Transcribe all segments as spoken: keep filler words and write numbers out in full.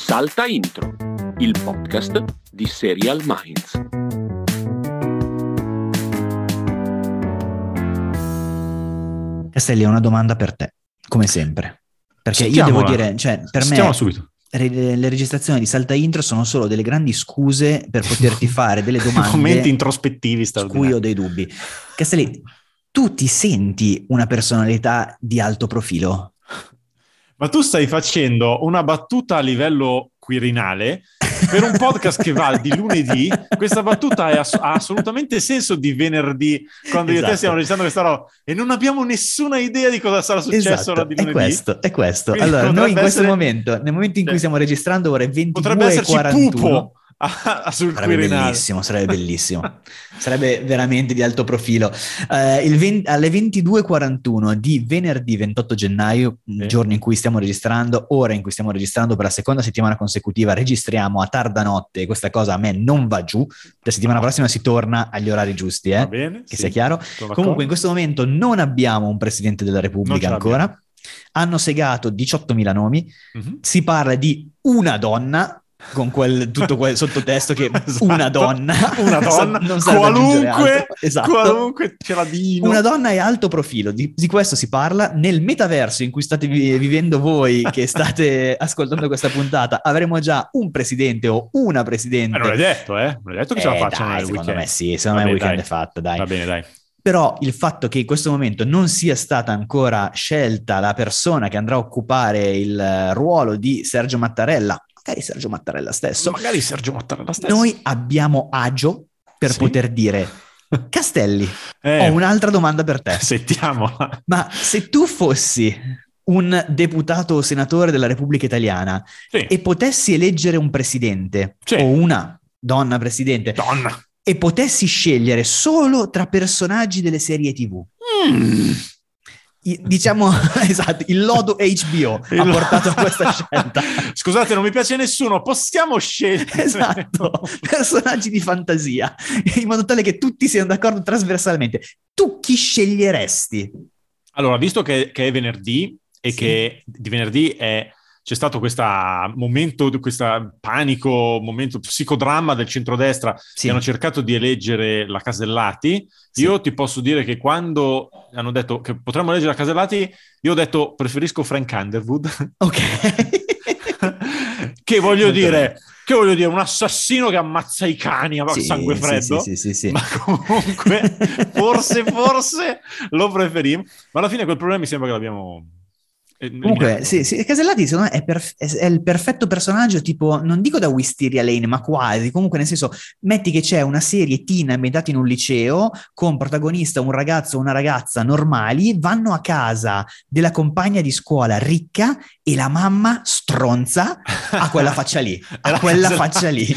Salta Intro, il podcast di Serial Minds. Castelli, ho una domanda per te, come sempre. Perché Sentiamola. io devo dire, cioè, per Sentiamola me subito. re- le registrazioni di Salta Intro sono solo delle grandi scuse per poterti fare delle domande Momenti introspettivi su cui straordinari. ho dei dubbi. Castelli, tu ti senti una personalità di alto profilo? Ma tu stai facendo una battuta a livello quirinale per un podcast che va di lunedì. Questa battuta è ass- ha assolutamente senso di venerdì, quando io e te Esatto. stiamo registrando questa roba e non abbiamo nessuna idea di cosa sarà successo Esatto, ora di è lunedì. questo, è questo. Quindi Allora, noi in potrebbe questo essere- momento, nel momento in cui Cioè, stiamo registrando, ore potrebbe ventidue e esserci quarantuno, Pupo a- a- sul sarebbe Quirinale. bellissimo, sarebbe bellissimo, sarebbe veramente di alto profilo. Eh, il venti alle ventidue e quarantuno di venerdì ventotto gennaio, il Sì. giorno in cui stiamo registrando, ora in cui stiamo registrando per la seconda settimana consecutiva, registriamo a tarda notte, e questa cosa a me non va giù. La settimana No. prossima si torna agli orari giusti, eh? Va bene, che sì, sia chiaro. sono d'accordo. Comunque in questo momento non abbiamo un Presidente della Non Repubblica ce l'abbiamo. ancora. Hanno segato diciottomila nomi. Mhm. Si parla di una donna, con quel, tutto quel sottotesto che Esatto. una donna, Una donna, non serve aggiungere qualunque, altro. Esatto. qualunque cialadino. Una donna è alto profilo, di, di questo si parla. Nel metaverso in cui state vi- vivendo voi, che state ascoltando questa puntata, avremo già un presidente o una presidente. Eh, non è detto, eh? Non è detto che ce la Eh, facciano dai, nel secondo weekend. me sì, secondo Va me il bene, weekend dai. è fatta, dai. Va bene, dai. Però il fatto che in questo momento non sia stata ancora scelta la persona che andrà a occupare il eh, ruolo di Sergio Mattarella, magari Sergio Mattarella stesso, Magari Sergio Mattarella stesso. noi abbiamo agio per Sì. poter dire: Castelli, Eh, ho un'altra domanda per te. Sentiamola. Ma se tu fossi un deputato o senatore della Repubblica Italiana Sì. e potessi eleggere un presidente Sì. o una donna presidente Donna. e potessi scegliere solo tra personaggi delle serie tivù, Mm. I- diciamo, esatto, il lodo H B O ha Il- portato a questa scelta. Scusate, non mi piace nessuno. Possiamo scegliere? Esatto, personaggi di fantasia, in modo tale che tutti siano d'accordo trasversalmente. Tu chi sceglieresti? Allora, visto che, che è venerdì e Sì. che di venerdì è, c'è stato questo momento, questo panico, momento psicodramma del centrodestra Sì. che hanno cercato di eleggere la Casellati, Sì. io ti posso dire che quando hanno detto che potremmo eleggere la Casellati, io ho detto preferisco Frank Underwood, Ok. che voglio Molto dire... bene. Che voglio dire, un assassino che ammazza i cani a Sì, sangue sì, freddo, sì, sì, sì, sì. ma comunque forse, forse lo preferiamo. Ma alla fine quel problema mi sembra che l'abbiamo... eh, Comunque, eliminato. sì, sì, Casellati secondo me è, perf- è- è il perfetto personaggio, tipo, non dico da Wisteria Lane, ma quasi. Comunque, nel senso, metti che c'è una serie teen ambientata in un liceo con protagonista un ragazzo o una ragazza normali, vanno a casa della compagna di scuola ricca e la mamma stronza a quella faccia lì, a Era quella Casellati. faccia lì.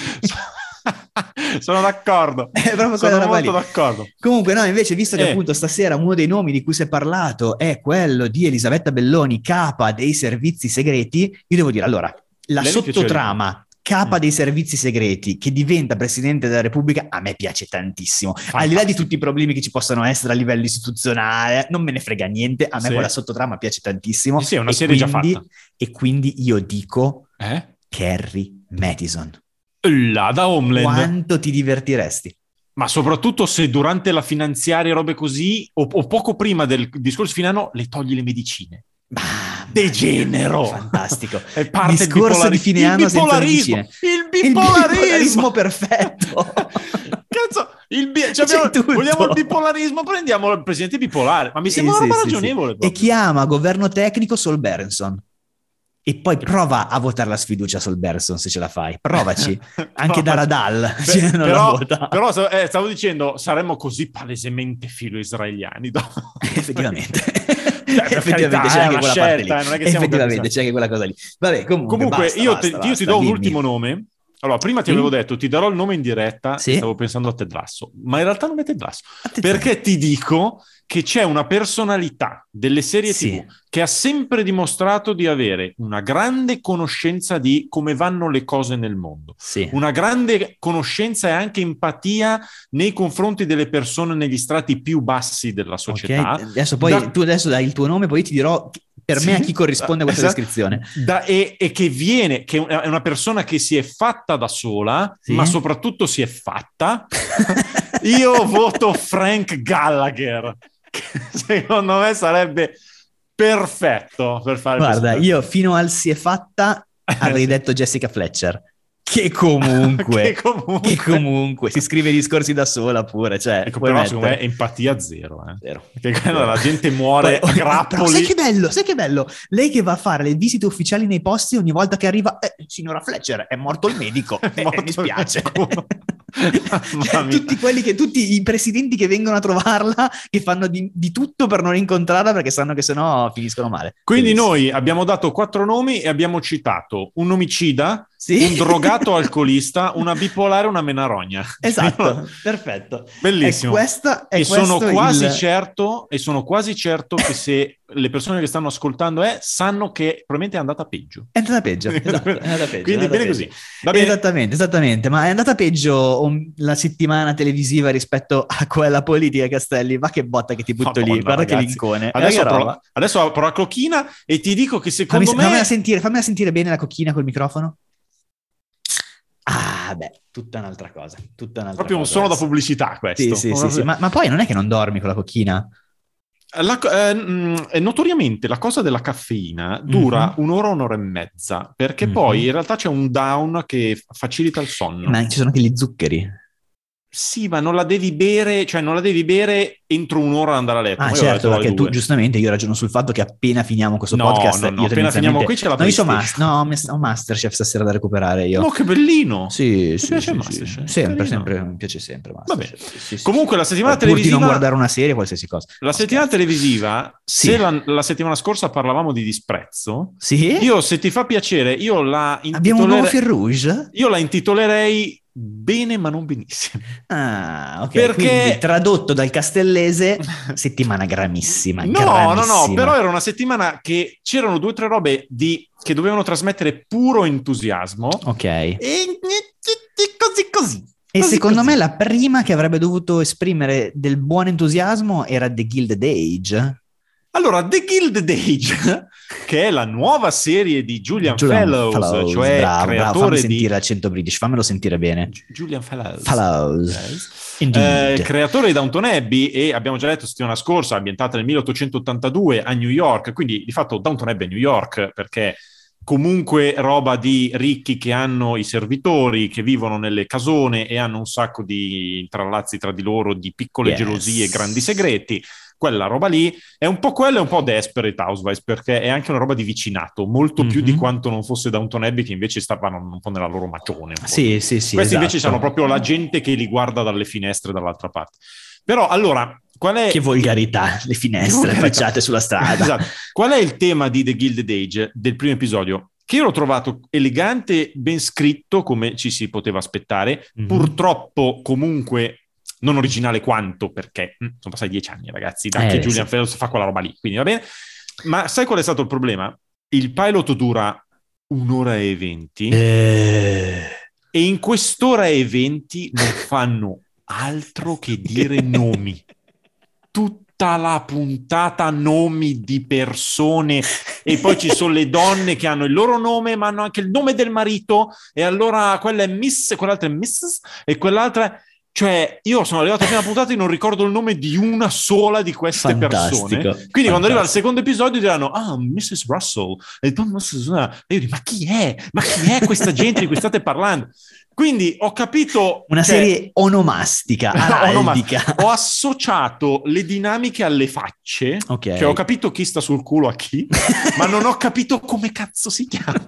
Sono d'accordo. È proprio Sono quella roba molto lì. d'accordo. Comunque, no, invece, visto che Eh. appunto stasera uno dei nomi di cui si è parlato è quello di Elisabetta Belloni, capa dei servizi segreti, io devo dire, allora, la Lei mi piaceva sottotrama capa Mm. dei servizi segreti che diventa Presidente della Repubblica a me piace tantissimo. Al di là di tutti i problemi che ci possano essere a livello istituzionale, non me ne frega niente, a me Sì. quella sottotrama piace tantissimo. Sì, sì, è una e serie già quindi- fatta. E quindi io dico Eh? Carrie Madison. Là, da Homeland. Quanto ti divertiresti? Ma soprattutto se durante la finanziaria e robe così, o, o poco prima del discorso fine anno, le togli le medicine. Ah, Degenero. Fantastico. È parte il Discorso bipolari- di fine il anno senza bipolarismo. medicine. Il Il bipolarismo. bipolarismo perfetto. Cazzo, il bi- cioè C'è abbiamo- tutto. vogliamo il bipolarismo, prendiamo il presidente bipolare. Ma mi Sì, sembra sì, una roba sì, ragionevole. sì. E proprio. chiama governo tecnico Sol Berenson. E poi prova a votare la sfiducia a Sol Berenson se ce la fai. Provaci. Anche da Radal Beh, cioè, non però, la vota. però stavo- eh, stavo dicendo, saremmo così palesemente filo-israeliani. dopo. Effettivamente. Cioè, per Effettivamente carità, c'è è anche una quella scelta, parte lì. eh, non è che siamo Effettivamente capisati. c'è anche quella cosa lì. Vabbè, comunque, Comunque, basta, io, basta, te- io basta, ti do un dimmi. ultimo nome. Allora, prima ti Sì? avevo detto, ti darò il nome in diretta, Sì? e stavo pensando a Ted Lasso, ma in realtà non è Ted Lasso, Attenzione. perché ti dico che c'è una personalità delle serie Sì. tivù che ha sempre dimostrato di avere una grande conoscenza di come vanno le cose nel mondo, Sì. una grande conoscenza e anche empatia nei confronti delle persone negli strati più bassi della società. Ok, adesso poi Da- tu adesso dai il tuo nome, poi io ti dirò per sì, me a chi corrisponde questa esatto, descrizione. Da, e, e che viene, che è una persona che si è fatta da sola, sì? ma soprattutto si è fatta. Io voto Frank Gallagher, che secondo me sarebbe perfetto per fare Guarda, questo. io fino al si è fatta avrei detto Jessica Fletcher. Che comunque, che comunque, che comunque si scrive i discorsi da sola pure, cioè, ecco, puoi però mettere. secondo me empatia zero, eh. Zero. Perché quando la gente muore Poi, a grappoli. Però sai che bello, sai che bello? Lei che va a fare le visite ufficiali nei posti, ogni volta che arriva, eh, signora Fletcher, è morto il medico, eh, morto mi spiace. Cioè, tutti quelli che, tutti i presidenti che vengono a trovarla, che fanno di, di tutto per non incontrarla perché sanno che sennò finiscono male. Quindi Bellissimo. noi abbiamo dato quattro nomi e abbiamo citato un omicida, sì? un drogato alcolista, una bipolare e una menarogna. Esatto, perfetto. Bellissimo. È questa, è e sono quasi il... certo e sono quasi certo che se le persone che stanno ascoltando è sanno che probabilmente è andata peggio. È andata peggio, esatto, è andata peggio. Quindi è andata bene peggio. così. Va bene. Esattamente, esattamente. Ma è andata peggio la settimana televisiva rispetto a quella politica, Castelli? Ma che botta che ti butto Madonna, lì, guarda ragazzi. che lincone. Adesso Eh, che apro, roba. adesso apro la clocchina e ti dico che secondo fammi, me... Fammela sentire, fammela sentire bene la cocchina col microfono. Ah, beh, tutta un'altra cosa. Tutta un'altra Proprio cosa un suono adesso. da pubblicità questo. Sì, sì, sì, sì. Ma, ma poi non è che non dormi con la cocchina? La, eh, notoriamente la cosa della caffeina dura mm-hmm. un'ora, un'ora e mezza, perché mm-hmm. poi in realtà c'è un down che facilita il sonno. Ma ci sono anche gli zuccheri. Sì, ma non la devi bere, cioè non la devi bere entro un'ora ad andare a letto. Ah, Io certo, perché tu due. giustamente io ragiono sul fatto che appena finiamo questo no, podcast, no, no, io appena finiamo qui c'è la no, io so PlayStation. mas- no, ho Masterchef stasera da recuperare io. Oh, che bellino! Sì, Mi sì, piace sì, Masterchef? sì. Sempre, Carino. sempre, mi piace sempre Masterchef. Vabbè. Sì, sì, Comunque sì. la settimana Pur televisiva... di non guardare una serie, qualsiasi cosa. La no, settimana scherzo. televisiva, sì. se la, la settimana scorsa parlavamo di disprezzo, sì? io se ti fa piacere, io la intitolerei... Abbiamo un nuovo Fil Rouge? Io la intitolerei bene ma non benissimo. Ah, ok. Perché... Quindi tradotto dal castellese, settimana gramissima. No, gramissima. no, no, però era una settimana che c'erano due o tre robe di, che dovevano trasmettere puro entusiasmo. Ok. E così così. E così, secondo così. me la prima che avrebbe dovuto esprimere del buon entusiasmo era The Gilded Age. Allora, The Gilded Age, che è la nuova serie di Julian, Julian Fellows, Fellows, cioè bravo, creatore bravo, fammi di... sentire l'accento british, fammelo sentire bene. Julian Fellows. Fellows. Yes. Indeed. Eh, creatore di Downton Abbey, e abbiamo già detto settimana scorsa, ambientata nel milleottocentottantadue a New York, quindi di fatto Downton Abbey è New York, perché comunque roba di ricchi che hanno i servitori, che vivono nelle casone e hanno un sacco di intrallazzi tra di loro, di piccole Yes. gelosie e grandi segreti. Quella roba lì è un po' quella, è un po' Desperate Housewives, perché è anche una roba di vicinato, molto mm-hmm. più di quanto non fosse Downton Abbey, che invece stavano un po' nella loro macione. Sì, sì, sì. Questi esatto. invece sono proprio la gente che li guarda dalle finestre dall'altra parte. Però allora, qual è... Che volgarità, le finestre affacciate sulla strada. Esatto. Qual è il tema di The Gilded Age del primo episodio? Che io l'ho trovato elegante, ben scritto, come ci si poteva aspettare, mm-hmm. purtroppo comunque non originale quanto, perché mh, sono passati dieci anni, ragazzi, da eh, che Julian sì. Fellows fa quella roba lì, quindi va bene. Ma sai qual è stato il problema? Il pilot dura un'ora e venti eh... e in quest'ora e venti non fanno altro che dire nomi. Tutta la puntata nomi di persone, e poi ci sono le donne che hanno il loro nome ma hanno anche il nome del marito, e allora quella è Miss, quell'altra è missus e quell'altra è... Cioè, io sono arrivato alla prima puntata e non ricordo il nome di una sola di queste Fantastico, persone. Quindi fantastico. quando arriva il secondo episodio diranno, ah, missus Russell. E tu, missus E io dico, ma chi è? Ma chi è questa gente di cui state parlando? Quindi ho capito... Una cioè, serie onomastica, araldica. Ho associato le dinamiche alle facce, okay. Cioè ho capito chi sta sul culo a chi, ma non ho capito come cazzo si chiama.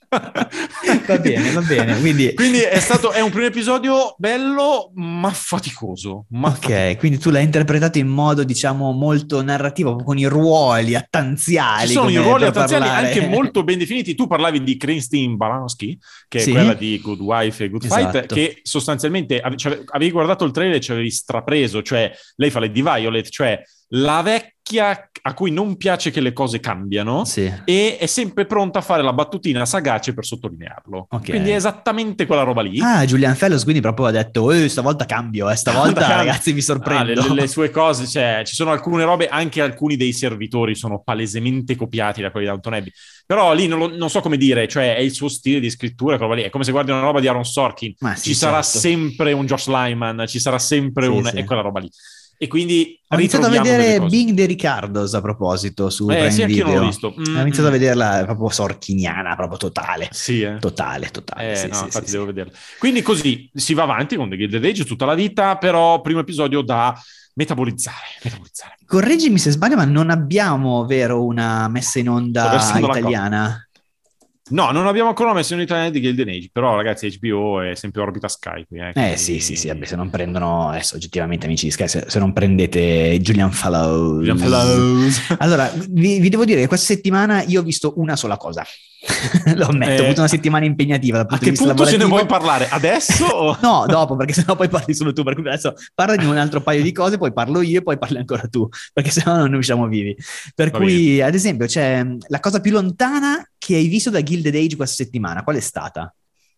Va bene, va bene. Quindi, quindi è stato è un primo episodio bello ma faticoso. Ma ok, faticoso. Quindi tu l'hai interpretato in modo, diciamo, molto narrativo, con i ruoli attanziali. Ci sono i ruoli attanziali parlare. anche molto ben definiti. Tu parlavi di Christine Baranski, che sì? è quella di Good Wife e Good esatto. Fight, che sostanzialmente avevi guardato il trailer e ci avevi strapreso, cioè lei fa le di Violet, cioè la vecchia a cui non piace che le cose cambiano, sì. e è sempre pronta a fare la battutina sagace per sottolinearlo. Okay. Quindi è esattamente quella roba lì. Ah, Julian Fellows quindi proprio ha detto eh, stavolta cambio, eh, stavolta Stavolta ragazzi vi sorprendo. Ah, le, le sue cose, cioè, ci sono alcune robe, anche alcuni dei servitori sono palesemente copiati da quelli di Downton Abbey. Però lì non, lo, non so come dire, cioè è il suo stile di scrittura, roba lì. È come se guardi una roba di Aaron Sorkin. Ma sì, ci sarà certo. sempre un Josh Lyman, ci sarà sempre Sì, un... sì. è quella roba lì. E quindi ho iniziato a ritroviamo vedere delle cose. Bing de Ricardos a proposito su Eh, Prime sì, anch'io Video. non l'ho visto. Mm, ho iniziato mm. a vederla proprio sorchiniana, proprio totale. Sì, eh. Totale, totale. Eh, sì, no, sì, infatti sì, devo sì. vederla. Quindi così si va avanti con The Gilded Age tutta la vita, però primo episodio da metabolizzare. metabolizzare. Correggimi se sbaglio, ma non abbiamo, vero, una messa in Sto onda versando la italiana? No, non abbiamo ancora messo in Italia di Gilded Age, però ragazzi H B O è sempre orbita Sky qui, eh, Eh quindi... sì, sì, sì, vabbè, se non prendono, adesso oggettivamente amici di Sky, se, se non prendete Julian Fellows. Julian Fellows. Allora, vi, vi devo dire che questa settimana io ho visto una sola cosa. Lo ammetto, Eh, ho avuto una settimana impegnativa dal A punto che di vista punto ce ne lavorativo. vuoi parlare? Adesso? O... No, dopo, perché sennò poi parli solo tu, per cui adesso parla di un altro paio di cose, poi parlo io e poi parli ancora tu, perché sennò non ne usciamo vivi. Per Va cui, ad esempio, c'è la cosa più lontana che hai visto da Gilded Age questa settimana, qual è stata?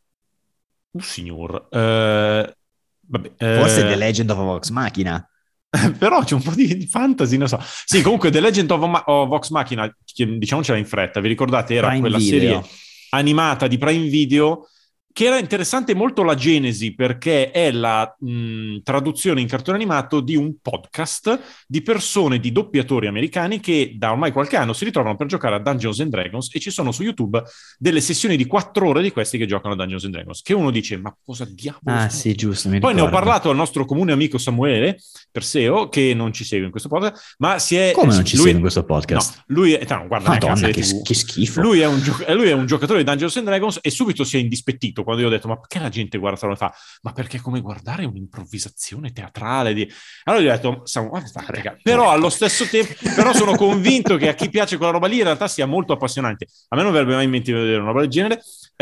Uh, signor. Eh, vabbè, Forse eh, The Legend of Vox Machina. Però c'è un po' di, di fantasy, non so. Sì, comunque The Legend of, Ma- of Vox Machina, che diciamocela in fretta, vi ricordate? Era Prime quella Video. serie animata di Prime Video, che era interessante molto la genesi, perché è la mh, traduzione in cartone animato di un podcast di persone, di doppiatori americani che da ormai qualche anno si ritrovano per giocare a Dungeons and Dragons, e ci sono su YouTube delle sessioni di quattro ore di questi che giocano a Dungeons and Dragons, che uno dice, ma cosa diavolo? Ah sto- sì, giusto, mi Poi ne ho ricordo. parlato al nostro comune amico Samuele Perseo, che non ci segue in questo podcast, ma si è... Come non ci lui- segue in questo podcast? No, lui è... no, guarda, neanche la Madonna, serie che, T V. che schifo. Lui è, un gio- lui è un giocatore di Dungeons and Dragons e subito si è indispettito quando io ho detto, ma perché la gente guarda sta roba e fa? Ma perché è come guardare un'improvvisazione teatrale di... Allora gli ho detto, Samu, guarda, sta cagando. Però allo stesso tempo, però sono convinto che a chi piace quella roba lì in realtà sia molto appassionante. A me non verrebbe mai in mente di vedere una roba del genere.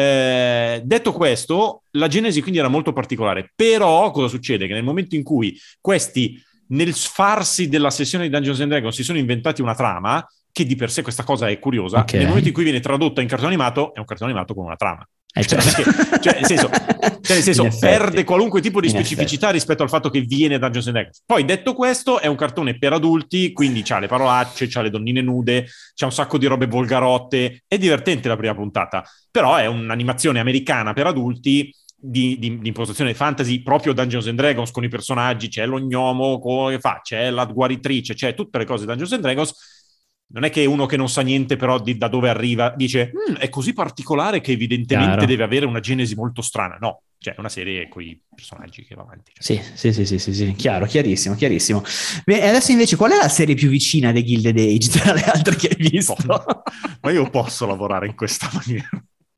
Eh, detto questo, la genesi quindi era molto particolare, però cosa succede? Che nel momento in cui questi, nel farsi della sessione di Dungeons and Dragons, si sono inventati una trama, che di per sé questa cosa è curiosa, Ok. nel momento in cui viene tradotta in cartone animato, è un cartone animato con una trama. Eh, Cioè, certo. perché- cioè, nel senso, cioè, nel senso In effetti. perde qualunque tipo di In specificità rispetto al fatto che viene da Dungeons and Dragons. Poi detto questo, è un cartone per adulti, quindi c'ha le parolacce, c'ha le donnine nude, c'ha un sacco di robe volgarotte. È divertente la prima puntata, però è un'animazione americana per adulti di, di, di impostazione fantasy, proprio Dungeons and Dragons, con i personaggi, c'è lo gnomo, come fa, c'è la guaritrice, c'è tutte le cose di Dungeons and Dragons. Non è che uno che non sa niente però di, da dove arriva dice "Mm, è così particolare che evidentemente Chiaro. deve avere una genesi molto strana". No, cioè è una serie con i personaggi che va avanti. Cioè. Sì, sì, sì, sì, sì, sì, chiaro, chiarissimo, chiarissimo. Beh, adesso invece qual è la serie più vicina dei Gilded Age tra le altre che hai visto? Ma io posso lavorare in questa maniera.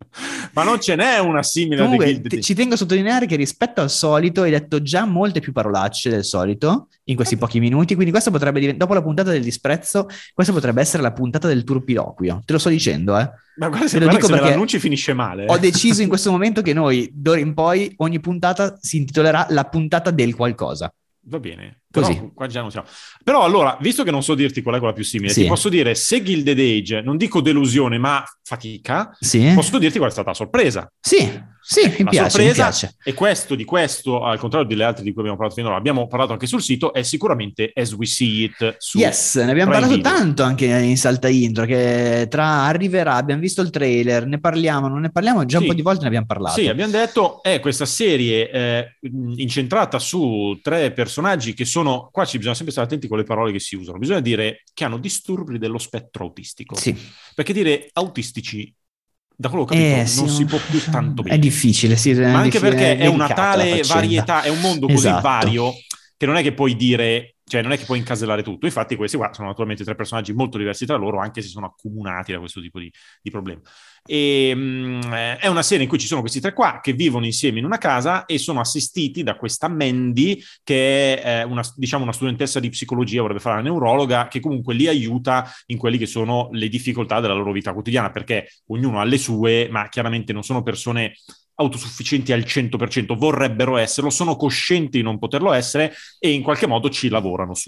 Ma non ce n'è una simile a The Comunque, Gilded te- Age. ci tengo a sottolineare che rispetto al solito hai detto già molte più parolacce del solito in questi pochi minuti, quindi questo potrebbe diventare, dopo la puntata del disprezzo, questa potrebbe essere la puntata del turpiloquio. Te lo sto dicendo, eh. Ma guarda, se, Te lo guarda dico che se me perché l'annunci finisce male. eh. Ho deciso in questo momento che noi, d'ora in poi, ogni puntata si intitolerà la puntata del qualcosa. Va bene, Così. però qua già non siamo. Però allora, visto che non so dirti qual è quella più simile, Sì. ti posso dire se Gilded Age, non dico delusione, ma fatica, Sì? posso dirti qual è stata la sorpresa. Sì, sì, mi La piace, mi sorpresa, piace. e questo di questo, al contrario delle altre di cui abbiamo parlato finora, abbiamo parlato anche sul sito, è sicuramente As We See It su Yes, ne abbiamo Prime parlato Video. tanto anche in salta intro, che tra arriverà, abbiamo visto il trailer, ne parliamo, non ne parliamo, già Sì. un po' di volte ne abbiamo parlato. Sì, abbiamo detto, è questa serie eh, incentrata su tre personaggi che sono, qua ci bisogna sempre stare attenti con le parole che si usano, bisogna dire che hanno disturbi dello spettro autistico, Sì. perché dire autistici, da quello che ho capito, Eh, non sì, si può più tanto bene. È difficile, sì. è Ma anche difficile, perché è una delicata la tale faccenda. varietà, è un mondo così Esatto. vario che non è che puoi dire, cioè non è che puoi incasellare tutto. Infatti questi qua sono naturalmente tre personaggi molto diversi tra loro, anche se sono accomunati da questo tipo di, di problema. E, mh, è una serie in cui ci sono questi tre qua che vivono insieme in una casa e sono assistiti da questa Mandy, che è eh, una, diciamo una studentessa di psicologia, vorrebbe fare la neurologa, che comunque li aiuta in quelli che sono le difficoltà della loro vita quotidiana, perché ognuno ha le sue, ma chiaramente non sono persone autosufficienti al cento per cento, vorrebbero esserlo, sono coscienti di non poterlo essere e in qualche modo ci lavorano su.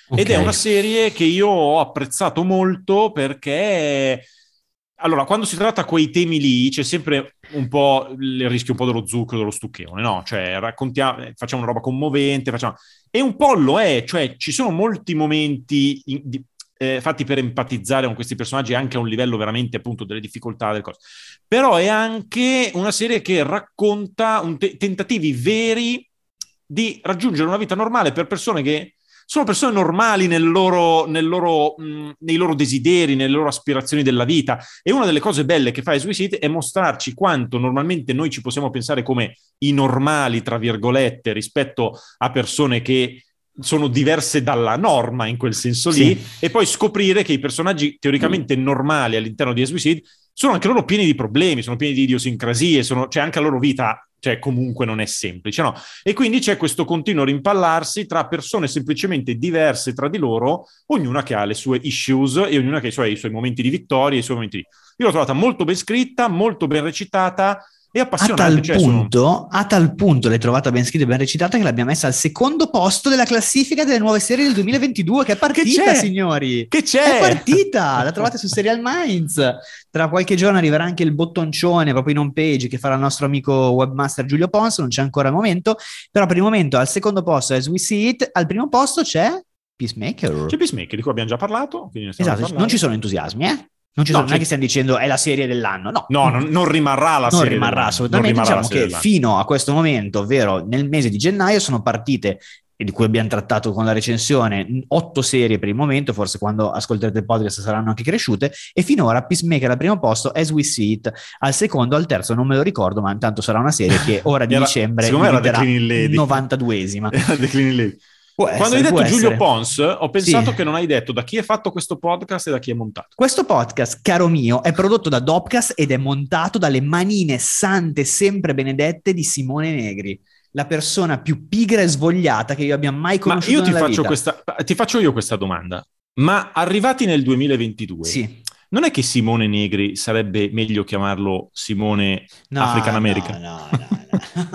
Ok. Ed è una serie che io ho apprezzato molto perché, allora, quando si tratta quei temi lì, c'è sempre un po' il rischio un po' dello zucchero, dello stucchevole, no? Cioè, raccontiamo, facciamo una roba commovente, facciamo... E un po' lo è, cioè, ci sono molti momenti in- di- eh, fatti per empatizzare con questi personaggi anche a un livello veramente, appunto, delle difficoltà, delle cose. Però è anche una serie che racconta un te- tentativi veri di raggiungere una vita normale per persone che sono persone normali nel loro, nel loro, mh, nei loro desideri, nelle loro aspirazioni della vita. E una delle cose belle che fa Suicide è mostrarci quanto normalmente noi ci possiamo pensare come i normali, tra virgolette, rispetto a persone che sono diverse dalla norma in quel senso lì, Sì. e poi scoprire che i personaggi teoricamente normali all'interno di Suicide sono anche loro pieni di problemi, sono pieni di idiosincrasie, sono, cioè anche la loro vita, cioè comunque non è semplice, no? E quindi c'è questo continuo rimpallarsi tra persone semplicemente diverse tra di loro, ognuna che ha le sue issues e ognuna che ha i suoi, i suoi momenti di vittoria e i suoi momenti di... Io l'ho trovata molto ben scritta, molto ben recitata e A appassionante. tal Cioè, sono... punto, a tal punto l'hai trovata ben scritta e ben recitata che l'abbiamo messa al secondo posto della classifica delle nuove serie del duemilaventidue, che è partita, Che c'è? signori! Che c'è? È partita! La trovate su Serial Minds. Tra qualche giorno arriverà anche il bottoncione proprio in home page che farà il nostro amico webmaster Giulio Pons, non c'è ancora al momento, però per il momento al secondo posto As We See It, al primo posto c'è Peacemaker. C'è Peacemaker, di cui abbiamo già parlato. Quindi ne stiamo Esatto, parlando. non ci sono entusiasmi, eh? Non, ci No, sono, non è c'è- che stiamo dicendo è la serie dell'anno, no. No, non, non rimarrà la Non serie rimarrà dell'anno. assolutamente. Non rimarrà la Diciamo serie che dell'anno. fino a questo momento, ovvero nel mese di gennaio, sono partite, e di cui abbiamo trattato con la recensione, otto serie per il momento, forse quando ascolterete il podcast saranno anche cresciute, e finora Peacemaker al primo posto, As We See It al secondo, al terzo non me lo ricordo, ma intanto sarà una serie che ora di Era- dicembre secondo me era diventerà The Cleaning Lady. novantaduesima. Era The Cleaning Lady. Può Quando essere, hai detto può Giulio essere. Pons, ho pensato Sì. che non hai detto da chi è fatto questo podcast e da chi è montato. Questo podcast, caro mio, è prodotto da Dopcast ed è montato dalle manine sante sempre benedette di Simone Negri, la persona più pigra e svogliata che io abbia mai Ma conosciuto io ti nella faccio, vita. questa, ti faccio io questa domanda. Ma arrivati nel duemilaventidue, Sì. non è che Simone Negri sarebbe meglio chiamarlo Simone No, African no, American? no, no, no.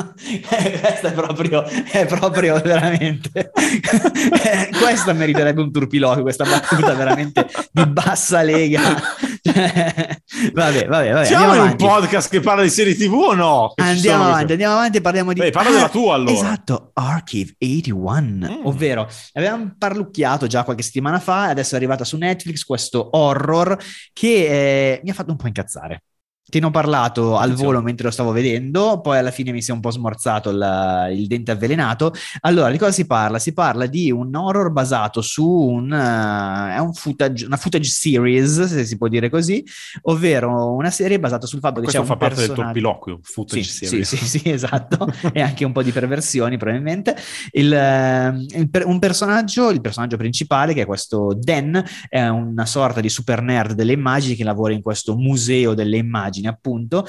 Questa è proprio, è proprio veramente... Questa meriterebbe un turpiloquio, questa battuta veramente di bassa lega. Vabbè, vabbè, vabbè, Siamo andiamo in un avanti. podcast che parla di serie tivù o no? Che ci Andiamo sono avanti, queste- andiamo avanti e parliamo di... Beh, parla della tua, allora. Esatto, Archive ottantuno, Mm. ovvero avevamo parlucchiato già qualche settimana fa, adesso è arrivata su Netflix questo horror che eh, mi ha fatto un po' incazzare. Te ne ho parlato al Attenzione. volo mentre lo stavo vedendo, poi alla fine mi si è un po' smorzato il, il dente avvelenato. Allora, di cosa si parla? Si parla di un horror basato su un, uh, è un footage, una footage series, se si può dire così, ovvero una serie basata sul fatto che Questo c'è fa un parte del personaggio... torpiloquio, footage Sì, sì, series. sì, sì, esatto, e anche un po' di perversioni probabilmente. Il, eh, il per- un personaggio, il personaggio principale, che è questo Dan, è una sorta di super nerd delle immagini che lavora in questo museo delle immagini, appunto,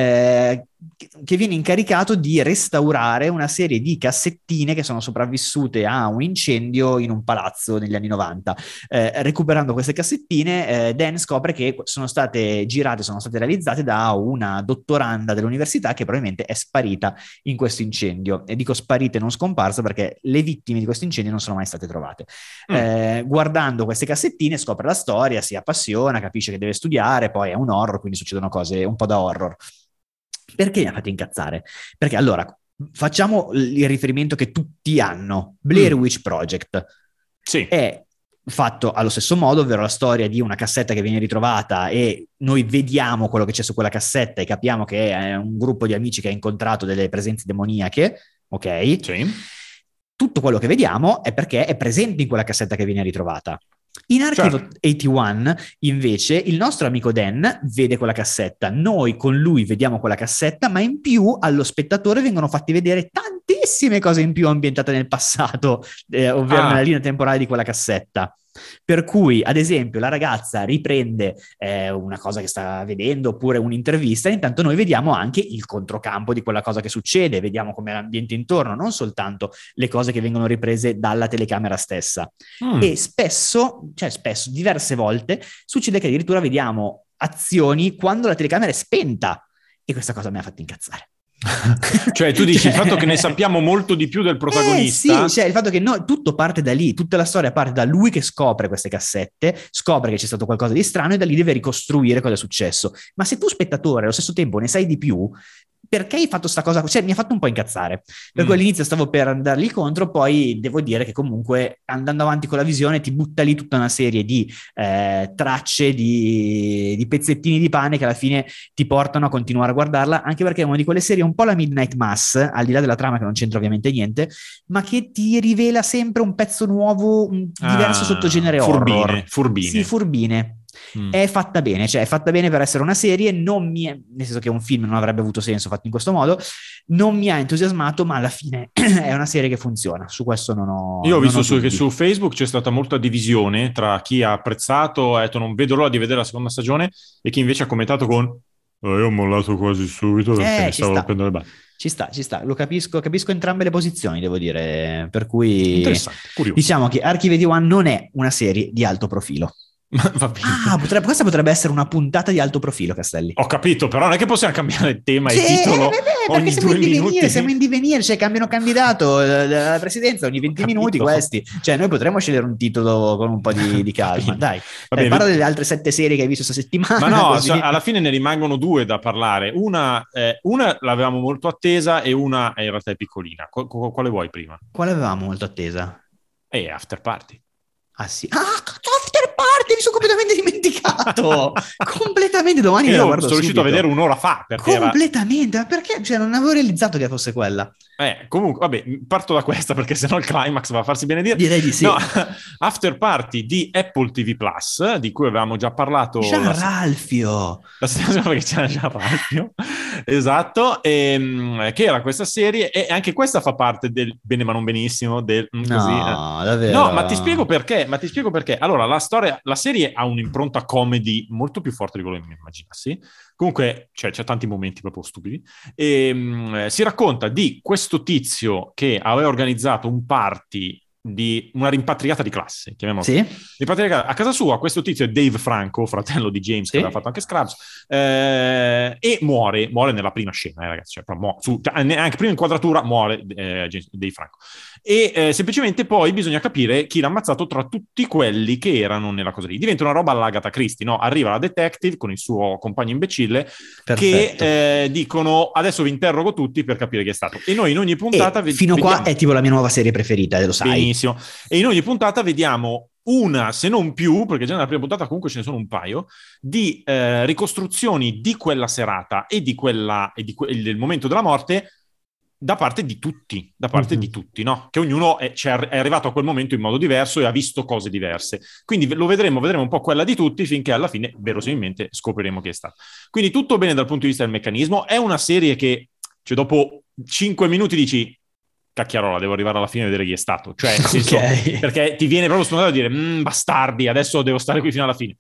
eh, che viene incaricato di restaurare una serie di cassettine che sono sopravvissute a un incendio in un palazzo negli anni novanta. Eh, recuperando queste cassettine, eh, Dan scopre che sono state girate, sono state realizzate da una dottoranda dell'università che probabilmente è sparita in questo incendio. E dico sparite, non scomparsa, perché le vittime di questo incendio non sono mai state trovate. Mm. Eh, guardando queste cassettine scopre la storia, si appassiona, capisce che deve studiare, poi è un horror, quindi succedono cose un po' da horror. Perché mi ha fatto incazzare? Perché allora, facciamo il riferimento che tutti hanno, Blair Mm. Witch Project. Sì. È fatto allo stesso modo, ovvero la storia di una cassetta che viene ritrovata e noi vediamo quello che c'è su quella cassetta e capiamo che è un gruppo di amici che ha incontrato delle presenze demoniache, ok? Sì. Tutto quello che vediamo è perché è presente in quella cassetta che viene ritrovata. In Archive Certo. ottantuno, invece, il nostro amico Dan vede quella cassetta, noi con lui vediamo quella cassetta, ma in più allo spettatore vengono fatti vedere tantissime cose in più ambientate nel passato, eh, ovvero Ah. nella linea temporale di quella cassetta. Per cui, ad esempio, la ragazza riprende eh, una cosa che sta vedendo oppure un'intervista, e intanto noi vediamo anche il controcampo di quella cosa che succede, vediamo com'è l'ambiente intorno, non soltanto le cose che vengono riprese dalla telecamera stessa. Mm. E spesso, cioè spesso, diverse volte, succede che addirittura vediamo azioni quando la telecamera è spenta, e questa cosa mi ha fatto incazzare. Cioè tu dici il fatto che ne sappiamo molto di più del protagonista. Eh sì, cioè il fatto che no, tutto parte da lì, tutta la storia parte da lui che scopre queste cassette, scopre che c'è stato qualcosa di strano e da lì deve ricostruire cosa è successo. Ma se tu spettatore allo stesso tempo ne sai di più, perché hai fatto sta cosa? Cioè mi ha fatto un po' incazzare, per Mm. cui all'inizio stavo per andargli contro, poi devo dire che comunque andando avanti con la visione ti butta lì tutta una serie di eh, tracce, di, di pezzettini di pane che alla fine ti portano a continuare a guardarla, anche perché è una di quelle serie un po' la Midnight Mass, al di là della trama che non c'entra ovviamente niente, ma che ti rivela sempre un pezzo nuovo, un diverso Ah, sottogenere furbine, horror. furbine. Sì, furbine. Mm. È fatta bene, cioè è fatta bene per essere una serie, non mi è, nel senso che un film non avrebbe avuto senso fatto in questo modo, non mi ha entusiasmato, ma alla fine è una serie che funziona, su questo non ho Io ho non visto ho su, che dubbi. su Facebook c'è stata molta divisione tra chi ha apprezzato, ha detto non vedo l'ora di vedere la seconda stagione, e chi invece ha commentato con "Eh, io ho mollato quasi subito perché Eh, mi ci stavo sta. rompendo le balle". Ci sta, ci sta, lo capisco, capisco entrambe le posizioni, devo dire, per cui Interessante, curioso. diciamo che Archive One non è una serie di alto profilo. Va bene. Ah, potrebbe, questa potrebbe essere una puntata di alto profilo, Castelli. Ho capito, però non è che possiamo cambiare tema e Sì, titolo eh, beh, beh, ogni perché siamo due in divenire, minuti. siamo in divenire, cioè cambiano candidato eh, alla presidenza ogni venti Capito. minuti questi, cioè noi potremmo scegliere un titolo con un po' di, di Va calma, bene. dai, Va dai bene. parla delle altre sette serie che hai visto questa settimana. Ma no, così. so- alla fine ne rimangono due da parlare. Una, eh, una l'avevamo molto attesa e una è in realtà è piccolina. Qu- qu- quale vuoi prima? Quale avevamo molto attesa? E After Party. Ah sì, ah, After Party, mi sono completamente dimenticato, completamente, domani Che me la io guardo sono riuscito subito. a vedere un'ora fa perché era... Completamente, ma perché? Cioè non avevo realizzato che fosse quella. Eh, comunque, vabbè, parto da questa perché sennò il climax va a farsi benedire. Direi di sì. No, After Party di Apple T V Plus, di cui avevamo già parlato Gian la, Ralphio. la settimana perché c'era già Ralphio, esatto, e, che era questa serie, e anche questa fa parte del bene ma non benissimo, del mm, No, così. eh. davvero. No, ma ti spiego perché, ma ti spiego perché. Allora, la storia, la serie ha un'impronta comedy molto più forte di quello che mi immaginassi. Comunque, cioè, c'è tanti momenti proprio stupidi. E, mh, si racconta di questo tizio che aveva organizzato un party di una rimpatriata di classe, chiamiamola Sì? rimpatriata a casa sua. Questo tizio è Dave Franco, fratello di James, Sì. che aveva fatto anche Scrubs, eh, e muore, muore nella prima scena, eh, ragazzi, cioè, mu- su, cioè, anche prima inquadratura muore eh, James, Dave Franco. E eh, semplicemente poi bisogna capire chi l'ha ammazzato tra tutti quelli che erano nella cosa lì. Diventa una roba all'Agatha Christie, no? Arriva la detective con il suo compagno imbecille Perfetto. che eh, dicono adesso vi interrogo tutti per capire chi è stato. E noi in ogni puntata E ve- fino vediamo... qua è tipo la mia nuova serie preferita, lo sai. Benissimo. E in ogni puntata vediamo una, se non più, perché già nella prima puntata comunque ce ne sono un paio, di eh, ricostruzioni di quella serata e di quella e di que- del momento della morte da parte di tutti, da parte Mhm. di tutti, no? Che ognuno è, cioè, è arrivato a quel momento in modo diverso e ha visto cose diverse. Quindi lo vedremo, vedremo un po' quella di tutti finché alla fine, verosimilmente, scopriremo chi è stato. Quindi tutto bene dal punto di vista del meccanismo. È una serie che, cioè, dopo cinque minuti dici cacchiarola, devo arrivare alla fine e vedere chi è stato. Cioè, nel senso, Ok. perché ti viene proprio spontaneo dire "Mm, bastardi, adesso devo stare qui fino alla fine".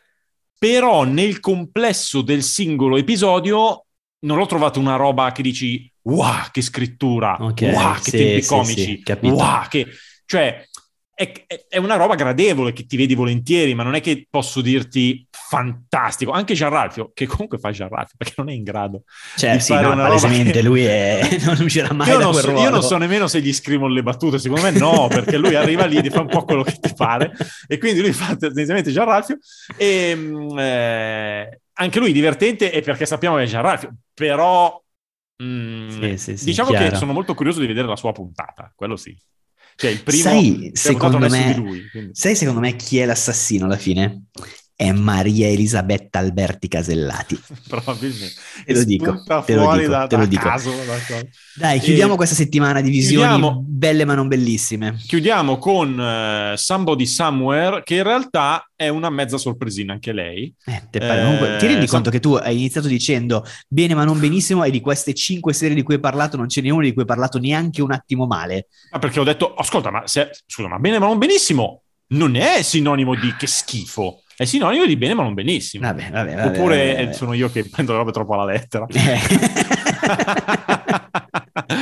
Però nel complesso del singolo episodio non l'ho trovato una roba che dici wow, che scrittura, Ok, wow, che sì, tempi sì, comici, sì, capito. wow, che... Cioè, è, è- è una roba gradevole che ti vedi volentieri, ma non è che posso dirti fantastico. Anche Gianralfio, che comunque fa Gianralfio, perché non è in grado Cioè, di sì, fare no, una roba palesemente che- lui è... non uscirà mai io da non, quel so, ruolo. io non so nemmeno se gli scrivono le battute, secondo me no, perché lui arriva lì e fa un po' quello che ti pare, e quindi lui fa tendenzialmente Gianralfio, e mh, eh, anche lui divertente, e perché sappiamo che è Gianralfio, però mh, Sì, sì, sì, diciamo chiaro. che sono molto curioso di vedere la sua puntata, quello sì. Cioè il primo Sai, si è buttato secondo adesso me, di lui, quindi. sai secondo me chi è l'assassino alla fine? È Maria Elisabetta Alberti Casellati. Probabilmente. Te lo dico, Spunta te lo fuori dico, da, te lo da dico. caso. da cosa. Dai, chiudiamo E questa settimana di visioni chiudiamo- belle ma non bellissime. Chiudiamo con eh, Somebody Somewhere, che in realtà è una mezza sorpresina anche lei. Eh, te pare- comunque, ti rendi Eh, conto Sam- che tu hai iniziato dicendo bene ma non benissimo e di queste cinque serie di cui hai parlato non ce n'è una di cui hai parlato neanche un attimo male. Ah, perché ho detto, ascolta, ma se, scusa, ma bene ma non benissimo non è sinonimo di che schifo, è sinonimo di bene ma non benissimo. Vabbè, vabbè, vabbè, Oppure vabbè, vabbè. sono io che prendo le robe troppo alla lettera. Eh.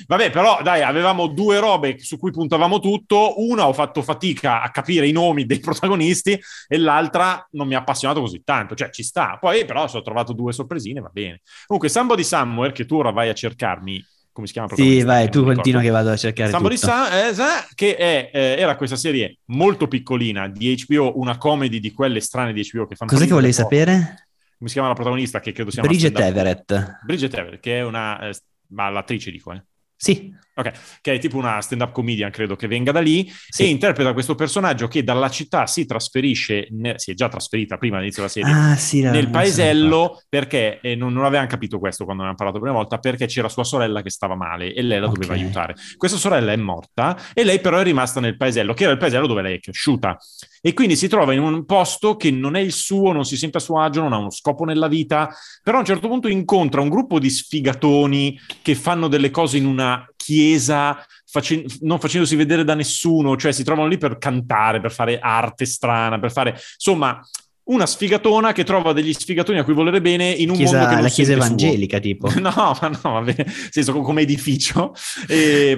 Vabbè, però dai, avevamo due robe su cui puntavamo tutto. Una ho fatto fatica a capire i nomi dei protagonisti e l'altra non mi ha appassionato così tanto. Cioè, ci sta. Poi però ho trovato due sorpresine, va bene. Comunque, Somebody Somewhere, che tu ora vai a cercarmi, come si chiama? Sì, vai, tu continua ricordo. Che vado a cercare Somebody tutto. Some, eh, che è, eh, era questa serie molto piccolina di H B O, una comedy di quelle strane di H B O che fanno... Cos'è che volevi sapere? Come si chiama la protagonista? Che credo sia Bridget una Everett. Bridget Everett, che è una... Eh, ma l'attrice dico, eh. Sì. Ok, che è tipo una stand-up comedian, credo che venga da lì, sì. e interpreta questo personaggio che dalla città si trasferisce, ne, si è già trasferita prima all'inizio della serie, ah, sì, la, nel paesello, perché, e non, non avevamo capito questo quando ne abbiamo parlato la prima volta, perché c'era sua sorella che stava male e lei la doveva okay. aiutare. Questa sorella è morta e lei però è rimasta nel paesello, che era il paesello dove lei è cresciuta. E quindi si trova in un posto che non è il suo, non si sente a suo agio, non ha uno scopo nella vita, però a un certo punto incontra un gruppo di sfigatoni che fanno delle cose in una chiesa, face- non facendosi vedere da nessuno, cioè si trovano lì per cantare, per fare arte strana, per fare, insomma, una sfigatona che trova degli sfigatoni a cui volere bene in un chiesa, mondo che non la chiesa sente evangelica suo. tipo no, ma no, vabbè, nel senso come edificio e,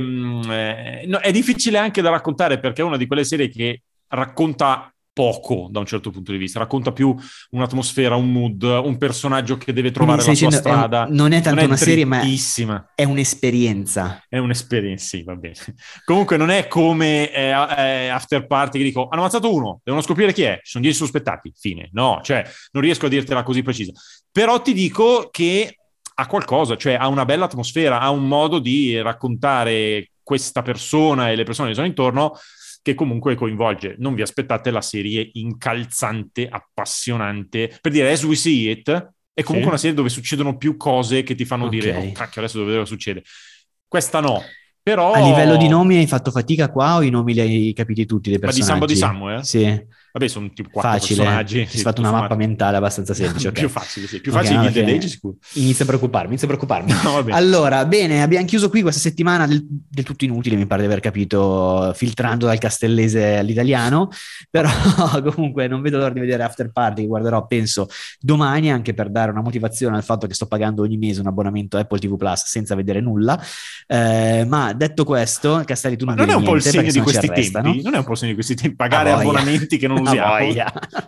eh, no, è difficile anche da raccontare perché è una di quelle serie che racconta poco da un certo punto di vista, racconta più un'atmosfera, un mood, un personaggio che deve trovare la sua strada. È un, non è tanto non è una serie, ma è un'esperienza. È un'esperienza, sì, va bene. Comunque non è come eh, eh, After Party che dico, hanno ammazzato uno, devono scoprire chi è, ci sono dieci sospettati, fine. No, cioè, non riesco a dirtela così precisa. Però ti dico che ha qualcosa, cioè ha una bella atmosfera, ha un modo di raccontare questa persona e le persone che sono intorno che comunque coinvolge. Non vi aspettate la serie incalzante, appassionante. Per dire, As We See It è comunque sì. una serie dove succedono più cose che ti fanno okay. dire, oh cacchio, adesso dove succede. Questa no. Però... A livello di nomi hai fatto fatica qua o i nomi li hai capiti tutti dei personaggi? Ma di Sambo di Samuel? Sì. Vabbè, sono tipo quattro facile. personaggi. Ti hai fatto una mappa mentale abbastanza semplice. Okay. più facile, sì. Più facile okay, di okay. Age, sicuro. Inizio a preoccuparmi, inizio a preoccuparmi. No, allora, bene, abbiamo chiuso qui questa settimana del, del tutto inutile, mi pare di aver capito, filtrando dal castellese all'italiano, però comunque non vedo l'ora di vedere After Party, che guarderò, penso, domani, anche per dare una motivazione al fatto che sto pagando ogni mese un abbonamento Apple T V Plus senza vedere nulla. Eh, ma detto questo, Castelli, tu non, non è un po' il segno di questi tempi? Non è un po' il segno di questi tempi? Pagare abbonamenti che non usiamo?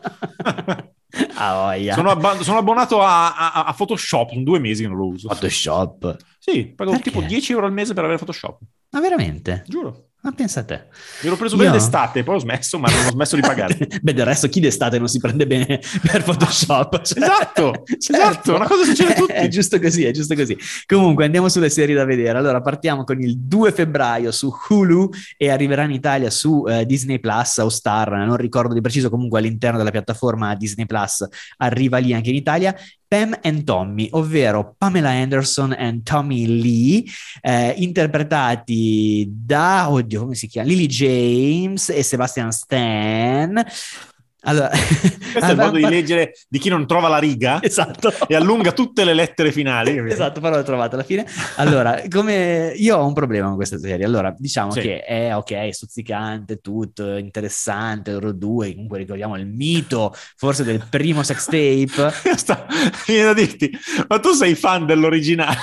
Ah, sono, abb- sono abbonato a, a, a Photoshop, sono due mesi che non lo uso. Photoshop? Sì, pago Perché? tipo dieci euro al mese per avere Photoshop. Ma veramente? Giuro. Ma pensa a te. Mi ero preso Io... bene d'estate, poi ho smesso, ma non ho smesso di pagare. Beh, del resto chi d'estate non si prende bene per Photoshop? Cioè... Esatto, certo. esatto, una cosa succede a tutti. È giusto così, è giusto così. Comunque andiamo sulle serie da vedere. Allora partiamo con il due febbraio su Hulu e arriverà in Italia su uh, Disney Plus o Star, non ricordo di preciso, comunque all'interno della piattaforma Disney Plus arriva lì anche in Italia. Pam and Tommy, ovvero Pamela Anderson e Tommy Lee, eh, interpretati da, oddio, come si chiama? Lily James e Sebastian Stan. Allora, questo è il modo di leggere di chi non trova la riga, esatto, e allunga tutte le lettere finali. Esatto, però l'ho trovata alla fine. Allora, come io ho un problema con questa serie. Allora, diciamo sì. che è ok, stuzzicante, tutto interessante, loro due, comunque ricordiamo il mito forse del primo sex tape. Sta, viene da dirti, ma tu sei fan dell'originale?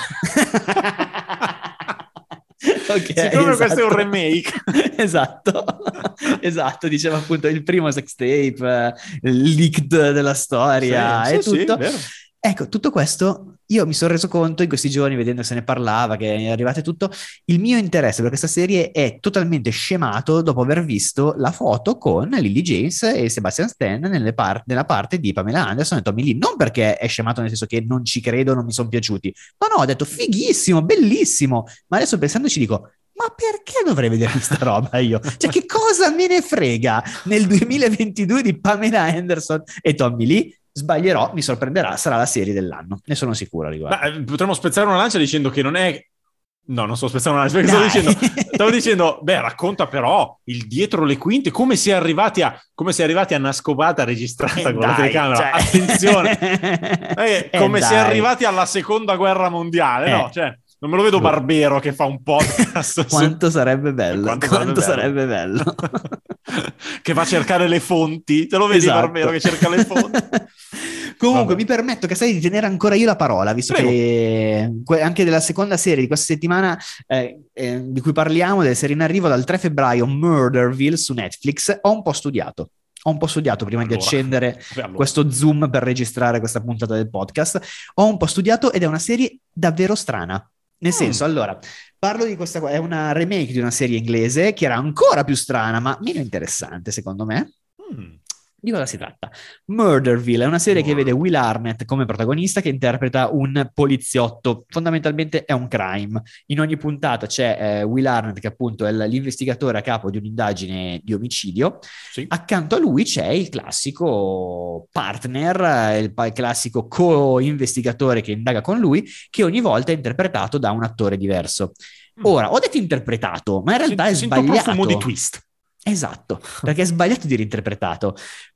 Okay, siccome esatto. questo è un remake. esatto esatto diceva appunto il primo sex tape leaked della storia sì, e sì, tutto sì, ecco, tutto questo io mi sono reso conto in questi giorni, vedendo se ne parlava, che è arrivato tutto, il mio interesse per questa serie è totalmente scemato dopo aver visto la foto con Lily James e Sebastian Stan nelle par- nella parte di Pamela Anderson e Tommy Lee. Non perché è scemato nel senso che non ci credo, non mi sono piaciuti, ma no, ho detto fighissimo, bellissimo, ma adesso pensandoci dico, ma perché dovrei vedere questa roba io? Cioè, che cosa me ne frega nel duemilaventidue di Pamela Anderson e Tommy Lee? Sbaglierò, mi sorprenderà, sarà la serie dell'anno, ne sono sicuro a riguardo. Ma, potremmo spezzare una lancia dicendo che non è... No, non sto spezzando una lancia, perché stavo dicendo, stavo dicendo, beh, racconta però il dietro le quinte, come si è arrivati a, come si è arrivati a una scopata registrata eh con dai, la telecamera, cioè... attenzione, eh, come eh si è arrivati alla seconda guerra mondiale, eh. no? Cioè... Non me lo vedo Barbero che fa un podcast. Quanto sarebbe bello. Quanto, quanto sarebbe bello. Sarebbe bello. Che va a cercare le fonti. Te lo vedi esatto. Barbero che cerca le fonti? Comunque Vabbè. mi permetto, Castelli, di tenere ancora io la parola, visto Prego. che que- anche della seconda serie di questa settimana eh, eh, di cui parliamo, delle serie in arrivo dal tre febbraio, Murderville su Netflix, ho un po' studiato. Ho un po' studiato prima Allora, di accendere vabbè, allora. questo Zoom per registrare questa puntata del podcast. Ho un po' studiato ed è una serie davvero strana. Nel Mm. senso, allora, parlo di questa, è una remake di una serie inglese che era ancora più strana, ma meno interessante, secondo me. Mm. Di cosa si tratta? Murderville è una serie che vede Murder. Will Arnett come protagonista, che interpreta un poliziotto. Fondamentalmente è un crime. In ogni puntata c'è eh, Will Arnett, che appunto è l- l'investigatore a capo di un'indagine di omicidio. Sì. Accanto a lui c'è il classico partner, eh, il, pa- il classico co-investigatore che indaga con lui, che ogni volta è interpretato da un attore diverso. Mm. Ora, ho detto interpretato, ma in realtà Sento- è sento sbagliato. profumo di twist. Esatto, perché è sbagliato dire interpretato,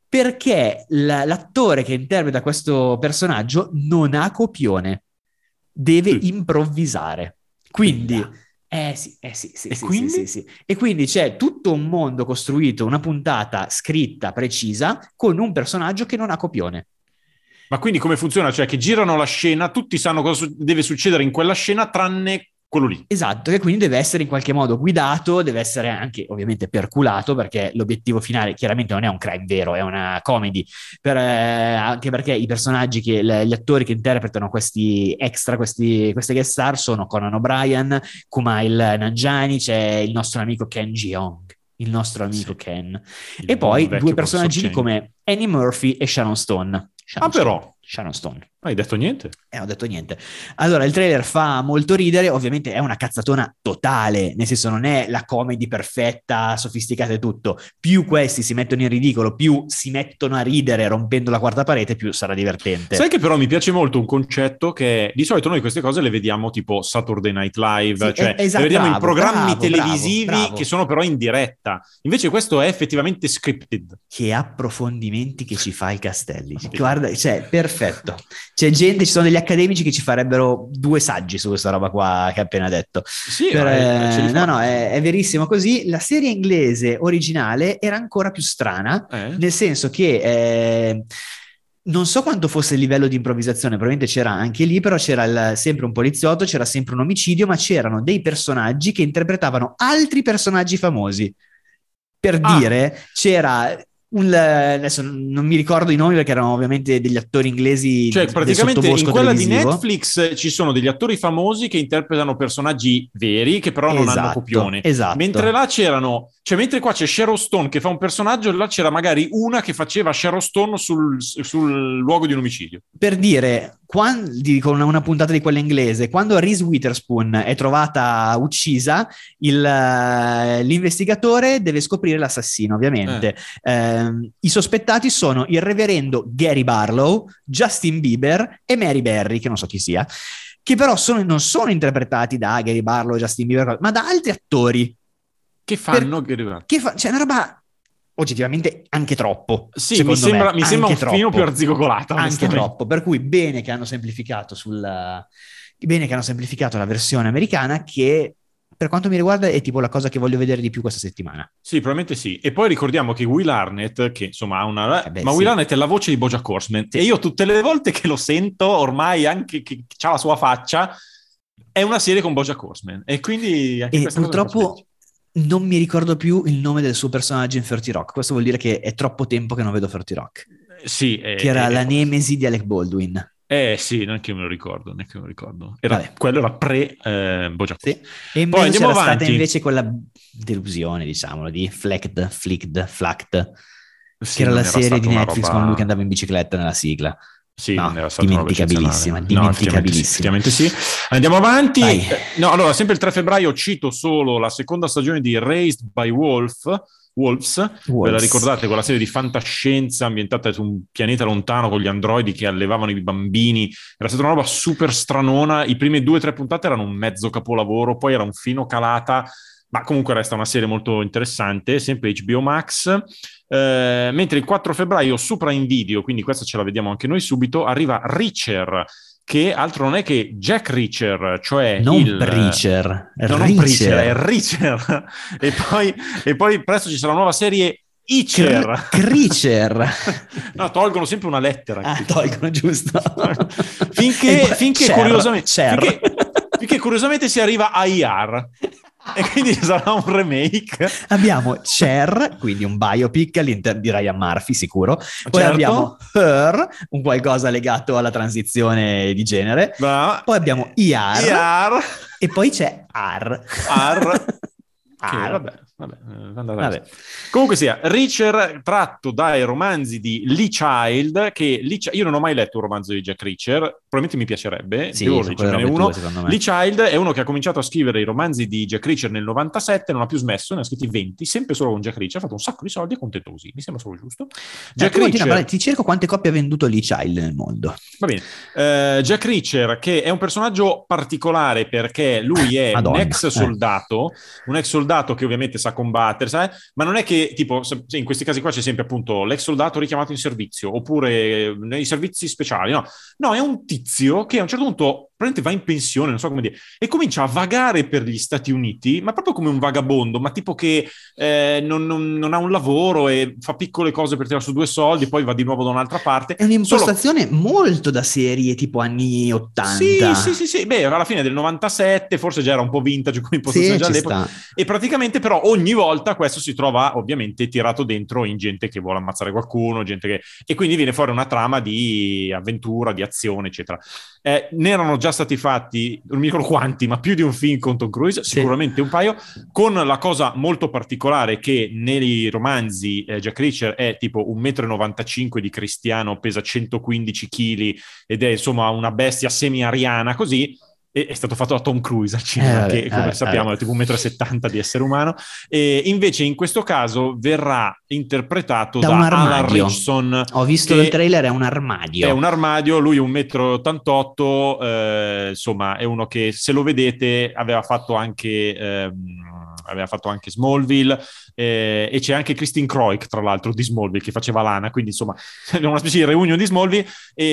perché l- l'attore che interpreta questo personaggio non ha copione, deve Sì. improvvisare. Quindi, Quindi. eh sì, eh sì, sì, E sì, quindi? sì, sì, sì. E quindi c'è tutto un mondo costruito, una puntata scritta, precisa, con un personaggio che non ha copione. Ma quindi come funziona? Cioè che girano la scena, tutti sanno cosa su- deve succedere in quella scena tranne quello lì. Esatto, che quindi deve essere in qualche modo guidato, deve essere anche ovviamente perculato, perché l'obiettivo finale chiaramente non è un crime vero, è una comedy, per, eh, anche perché i personaggi, che le- gli attori che interpretano questi extra, questi, queste guest star sono Conan O'Brien, Kumail Nanjiani, c'è il nostro amico Ken Jeong, il nostro amico Sì. Ken, Il e buon poi vecchio due professor personaggini Chang. come Annie Murphy e Sharon Stone. Sharon Ah, però. Stone. Sharon Stone. Hai detto niente? E ho detto niente. Allora, il trailer fa molto ridere, ovviamente è una cazzatona totale, nel senso non è la comedy perfetta, sofisticata e tutto. Più questi si mettono in ridicolo, più si mettono a ridere rompendo la quarta parete, più sarà divertente. Sai che però mi piace molto un concetto che di solito noi queste cose le vediamo tipo Saturday Night Live, Sì, cioè es- esatto, le vediamo bravo, in programmi bravo, televisivi bravo, bravo. che sono però in diretta. Invece questo è effettivamente scripted. Che approfondimenti che ci fa il Castelli. Sì. Guarda, cioè, perfetto. C'è gente, ci sono degli accademici che ci farebbero due saggi su questa roba qua che ha appena detto. Sì, Per, eh, ce li eh, fa. no, no, è, è verissimo così. La serie inglese originale era ancora più strana, Eh? nel senso che eh, non so quanto fosse il livello di improvvisazione, probabilmente c'era anche lì, però c'era il- sempre un poliziotto, c'era sempre un omicidio, ma c'erano dei personaggi che interpretavano altri personaggi famosi. Per Ah. dire, c'era un, adesso non mi ricordo i nomi perché erano ovviamente degli attori inglesi Cioè, del praticamente in sottobosco quella di televisivo. Netflix ci sono degli attori famosi che interpretano personaggi veri che però non hanno Esatto, copione. esatto. Mentre là c'erano, cioè mentre qua c'è Sharon Stone che fa un personaggio, là c'era magari una che faceva Sharon Stone sul, sul luogo di un omicidio. Per dire, quando, dico una, una puntata di quella inglese, quando Reese Witherspoon è trovata uccisa, il, eh, l'investigatore deve scoprire l'assassino, ovviamente. Ehm, I sospettati sono il reverendo Gary Barlow, Justin Bieber e Mary Berry, che non so chi sia, che però sono, non sono interpretati da Gary Barlow, Justin Bieber, ma da altri attori. Che fanno? Per, che fa, cioè, una roba oggettivamente anche troppo. Sì, mi sembra, me, mi sembra un troppo, filo più arzigogolato. Anche troppo, per cui bene che hanno semplificato sul bene che hanno semplificato la versione americana, che per quanto mi riguarda è tipo la cosa che voglio vedere di più questa settimana. Sì, probabilmente sì. E poi ricordiamo che Will Arnett, che insomma ha una... Eh beh, ma sì. Will Arnett è la voce di BoJack Horseman. Sì. E io tutte le volte che lo sento, ormai anche che ha la sua faccia, è una serie con BoJack Horseman. E quindi... Anche e purtroppo non mi ricordo più il nome del suo personaggio in thirty Rock. Questo vuol dire che è troppo tempo che non vedo thirty Rock. Sì. È, che era è, la è... nemesi di Alec Baldwin. Eh sì, neanche io me lo ricordo, neanche io me lo ricordo. Era, Vabbè. quello era pre eh, BoJack. Sì. E poi andiamo c'era avanti. stata invece quella delusione, diciamolo, di Flecked, Flicked, Flacked, sì, che era la era serie di Netflix roba... con lui che andava in bicicletta nella sigla. Sì, no, non era stata dimenticabilissima, no, dimenticabilissima. Effettivamente sì, effettivamente sì. Andiamo avanti. Vai. No, allora, sempre il tre febbraio cito solo la seconda stagione di Raised by Wolf, Wolves. Wolves. Ve la ricordate? Quella serie di fantascienza ambientata su un pianeta lontano con gli androidi che allevavano i bambini. Era stata una roba super stranona. I prime due o tre puntate erano un mezzo capolavoro, poi era un fino calata, ma comunque resta una serie molto interessante, sempre H B O Max. Eh, mentre il quattro febbraio su Prime Video, quindi questa ce la vediamo anche noi subito, arriva Reacher, che altro non è che Jack Reacher, cioè non il... Preacher, no, non Preacher, è Reacher. e, poi, e poi presto ci sarà una nuova serie Icer. Creature. No, tolgono sempre una lettera. Ah, tolgono, giusto. finché, poi, finché, Cher, curiosamente, Cher. finché, finché curiosamente si arriva a I R. E quindi sarà un remake. Abbiamo Cher, quindi un biopic all'interno di Ryan Murphy, sicuro. Poi Certo. abbiamo Her, un qualcosa legato alla transizione di genere. Brava. Poi abbiamo I R. I R. E poi c'è R. R. Che, R. vabbè, vabbè, eh, Vabbè. Comunque sia, Reacher tratto dai romanzi di Lee Child, che Lee Ch- io non ho mai letto un romanzo di Jack Reacher, probabilmente mi piacerebbe, Sì, devo sono leggermene quelle robe uno. tue, secondo me. Lee Child è uno che ha cominciato a scrivere i romanzi di Jack Reacher nel novantasette, non ha più smesso, ne ha scritti venti, sempre solo con Jack Reacher, ha fatto un sacco di soldi e contento così, mi sembra solo giusto. Dai, Jack tu continua a Reacher, parlare, ti cerco quante coppie ha venduto Lee Child nel mondo. va bene. Eh, Jack Reacher, che è un personaggio particolare perché lui è Madonna, un ex eh. soldato, un ex soldato che ovviamente sa combattere, sai? Ma non è che, tipo, in questi casi qua c'è sempre appunto l'ex soldato richiamato in servizio, oppure nei servizi speciali, no? No, è un tizio che a un certo punto probabilmente va in pensione, non so come dire, e comincia a vagare per gli Stati Uniti, ma proprio come un vagabondo, ma tipo che eh, non, non, non ha un lavoro e fa piccole cose per tirare su due soldi, poi va di nuovo da un'altra parte. È un'impostazione Solo... molto da serie tipo anni ottanta. Sì, sì, sì, sì. Beh, alla fine del novantasette, forse già era un po' vintage come impostazione sì, già all'epoca. Sta. E praticamente però ogni volta questo si trova ovviamente tirato dentro in gente che vuole ammazzare qualcuno, gente che... e quindi viene fuori una trama di avventura, di azione, eccetera. Eh, ne erano già stati fatti, non mi ricordo quanti, ma più di un film con Tom Cruise, sì. Sicuramente un paio, con la cosa molto particolare che nei romanzi eh, Jack Reacher è tipo un metro e novantacinque di cristiano, pesa centoquindici chili ed è insomma una bestia semi-ariana così. È stato fatto da Tom Cruise al cinema, eh, che come eh, sappiamo eh. è tipo un metro e settanta di essere umano, e invece in questo caso verrà interpretato da, da un Alan armadio. Richson. Ho visto il trailer, è un armadio. È un armadio, lui è un metro e ottantotto, eh, insomma è uno che se lo vedete aveva fatto anche... Ehm, aveva fatto anche Smallville eh, e c'è anche Christine Croik tra l'altro di Smallville che faceva Lana, quindi insomma è una specie di reunion di Smallville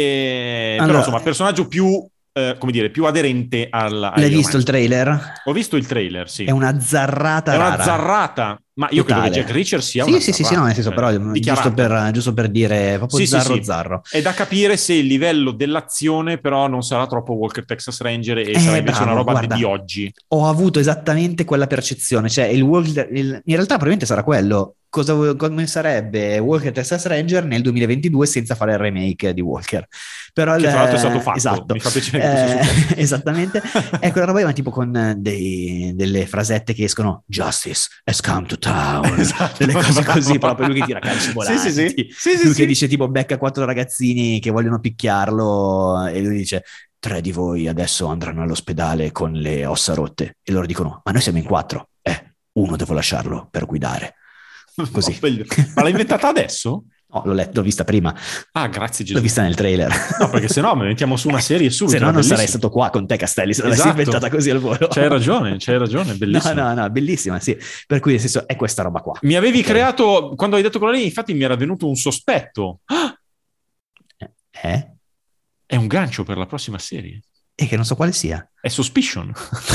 e, allora, però insomma personaggio più eh, come dire più aderente al l'hai visto il trailer? Ho visto il trailer, sì, è una zarrata è una rara. zarrata ma io Totale. credo che Jack Reacher sia sì, una sì, zarrata, sì, sì, no, nel senso, cioè, però giusto per, giusto per dire proprio sì, zarro sì, sì. zarro. È da capire se il livello dell'azione però non sarà troppo Walker Texas Ranger e eh, sarà invece bravo, una roba guarda, di oggi. Ho avuto esattamente quella percezione, cioè il Walker, il, in realtà probabilmente sarà quello. Cosa, come sarebbe Walker Texas Ranger nel duemilaventidue senza fare il remake di Walker, però che il, tra l'altro è stato fatto, esatto. mi fa piacere che sia successo. Esattamente, ecco la roba, ma tipo con dei, delle frasette che escono Justice has come to town, esatto, delle cose così, proprio lui che tira calci volanti, sì, sì, sì. Sì, lui sì, che sì. dice tipo becca quattro ragazzini che vogliono picchiarlo e lui dice tre di voi adesso andranno all'ospedale con le ossa rotte e loro dicono ma noi siamo in quattro, eh, uno devo lasciarlo per guidare. Così. Ma l'hai inventata adesso? No, l'ho letto, l'ho vista prima. Ah, grazie Gesù. L'ho vista nel trailer. No, perché sennò me mettiamo su una serie subito. Se no non bellissima. sarei stato qua con te, Castelli, se esatto. l'avessi inventata così al volo. C'hai ragione, c'hai ragione, bellissima. No, no, no, bellissima, sì. Per cui nel senso è questa roba qua. Mi avevi okay. creato, quando hai detto quella lì, infatti mi era venuto un sospetto. Ah! Eh? È un gancio per la prossima serie. E che non so quale sia. È Suspicion.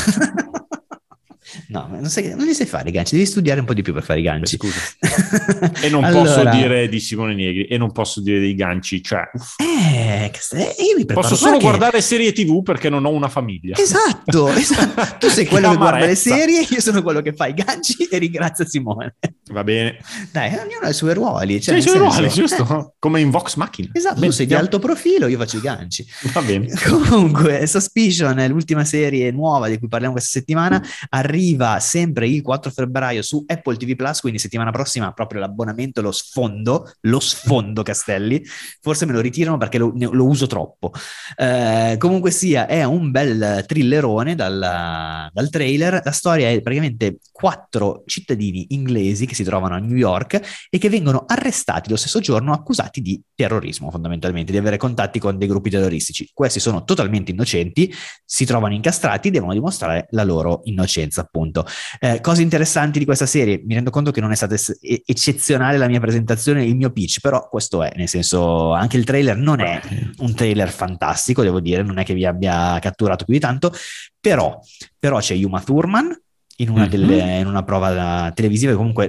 No, non, sai, non li sai fare i ganci, devi studiare un po' di più per fare i ganci. Beh, scusa. E non allora... posso dire di Simone Negri e non posso dire dei ganci, cioè eh, io mi posso solo che... guardare serie tivù perché non ho una famiglia. Esatto, esatto. Tu sei quello che guarda le serie, io sono quello che fa i ganci e ringrazia Simone. Va bene. Dai, ognuno ha i suoi ruoli. Cioè, sì, i suoi senso... ruoli, giusto? Eh. Come in Vox Machina. Esatto, bene, tu sei andiamo. di alto profilo, io faccio i ganci. Va bene. Comunque, Suspicion è l'ultima serie nuova di cui parliamo questa settimana, arriva sempre il quattro febbraio su Apple ti vu Plus, quindi settimana prossima proprio l'abbonamento lo sfondo, lo sfondo Castelli, forse me lo ritirano perché lo, lo uso troppo. Eh, comunque sia, è un bel thrillerone dal, dal trailer. La storia è praticamente quattro cittadini inglesi che si trovano a New York e che vengono arrestati lo stesso giorno accusati di terrorismo, fondamentalmente, di avere contatti con dei gruppi terroristici. Questi sono totalmente innocenti, si trovano incastrati, devono dimostrare la loro innocenza, appunto. Eh, cose interessanti di questa serie, mi rendo conto che non è stata es- eccezionale la mia presentazione, il mio pitch, però questo è, nel senso, anche il trailer non è un trailer fantastico, devo dire, non è che vi abbia catturato più di tanto, però, però c'è Uma Thurman in una, delle, in una prova televisiva che comunque